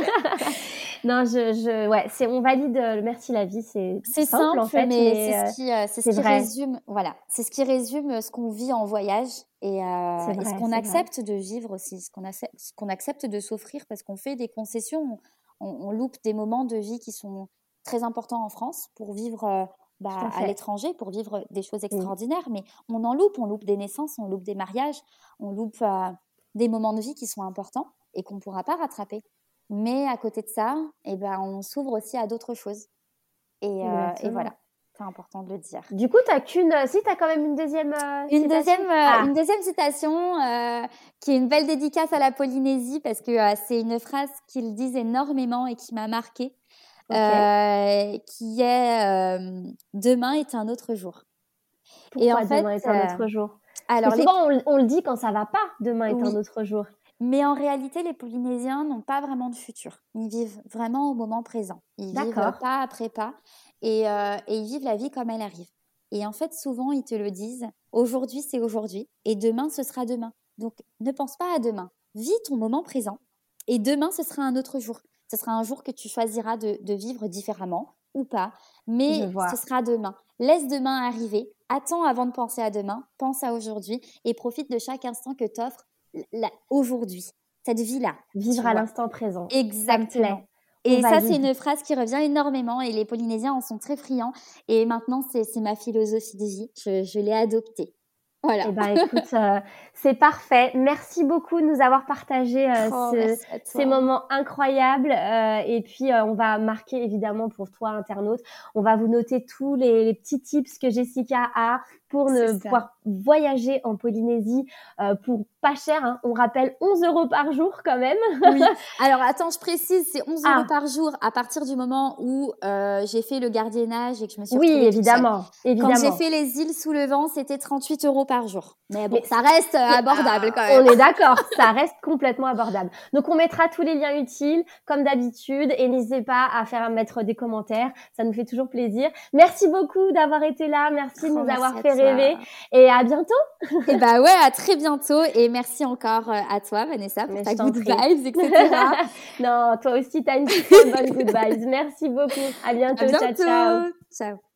non, je, je, ouais, c'est, on valide le merci la vie, c'est, c'est simple, simple, en fait, mais, mais c'est ce qui, euh, c'est c'est ce qui vrai. résume, voilà, c'est ce qui résume ce qu'on vit en voyage et, euh, vrai, et ce qu'on c'est accepte vrai. de vivre aussi, ce qu'on accepte, ce qu'on accepte de s'offrir parce qu'on fait des concessions, on, on, on loupe des moments de vie qui sont très importants en France pour vivre euh, bah, à, à l'étranger, pour vivre des choses extraordinaires, mmh. mais on en loupe, on loupe des naissances, on loupe des mariages, on loupe euh, des moments de vie qui sont importants et qu'on ne pourra pas rattraper. Mais à côté de ça, eh ben, on s'ouvre aussi à d'autres choses. Et, euh, et voilà, c'est important de le dire. Du coup, t'as qu'une, si t'as quand même une deuxième euh, une citation. deuxième, euh, ah. une deuxième citation euh, qui est une belle dédicace à la Polynésie parce que euh, c'est une phrase qu'ils disent énormément et qui m'a marquée, okay. euh, qui est euh, « Demain est un autre jour ». Pourquoi et en demain fait, est un autre euh, jour alors Parce que souvent, les... on, on le dit quand ça va pas, demain est oui. un autre jour. Mais en réalité, les Polynésiens n'ont pas vraiment de futur. Ils vivent vraiment au moment présent. Ils D'accord. vivent pas après pas et, euh, et ils vivent la vie comme elle arrive. Et en fait, souvent, ils te le disent, aujourd'hui, c'est aujourd'hui et demain, ce sera demain. Donc, ne pense pas à demain. Vis ton moment présent et demain, ce sera un autre jour. Ce sera un jour que tu choisiras de, de vivre différemment ou pas, mais ce sera demain. Laisse demain arriver. Attends avant de penser à demain. Pense à aujourd'hui et profite de chaque instant que t'offre la, aujourd'hui, cette vie-là. Vivre à l'instant présent. Exactement. Et ça, c'est une phrase qui revient énormément et les Polynésiens en sont très friands. Et maintenant, c'est, c'est ma philosophie de vie. Je, je l'ai adoptée. Voilà. Eh ben, écoute, euh, c'est parfait. Merci beaucoup de nous avoir partagé euh, oh, ce, ces moments incroyables. Euh, et puis, euh, on va marquer, évidemment, pour toi, internaute, on va vous noter tous les, les petits tips que Jessica a pour ne pouvoir voyager en Polynésie euh, pour pas cher. Hein. On rappelle onze euros par jour quand même. Oui. Alors, attends, je précise, c'est onze euros ah. par jour à partir du moment où euh, j'ai fait le gardiennage et que je me suis oui, retrouvée évidemment, évidemment. Quand j'ai fait les îles sous le vent, c'était trente-huit euros par jour. Mais bon, Mais ça reste abordable quand même. On est d'accord, ça reste complètement abordable. Donc, on mettra tous les liens utiles, comme d'habitude, et n'hésitez pas à faire mettre des commentaires. Ça nous fait toujours plaisir. Merci beaucoup d'avoir été là. Merci oh, de nous avoir fait rêver. Et à bientôt. Et bah ouais, à très bientôt. Et merci encore à toi, Vanessa, pour Mais ta good vibes, et cetera. Non, toi aussi, t'as une très bonne good vibes. Merci beaucoup. À bientôt. À bientôt. Ciao, ciao. Ciao.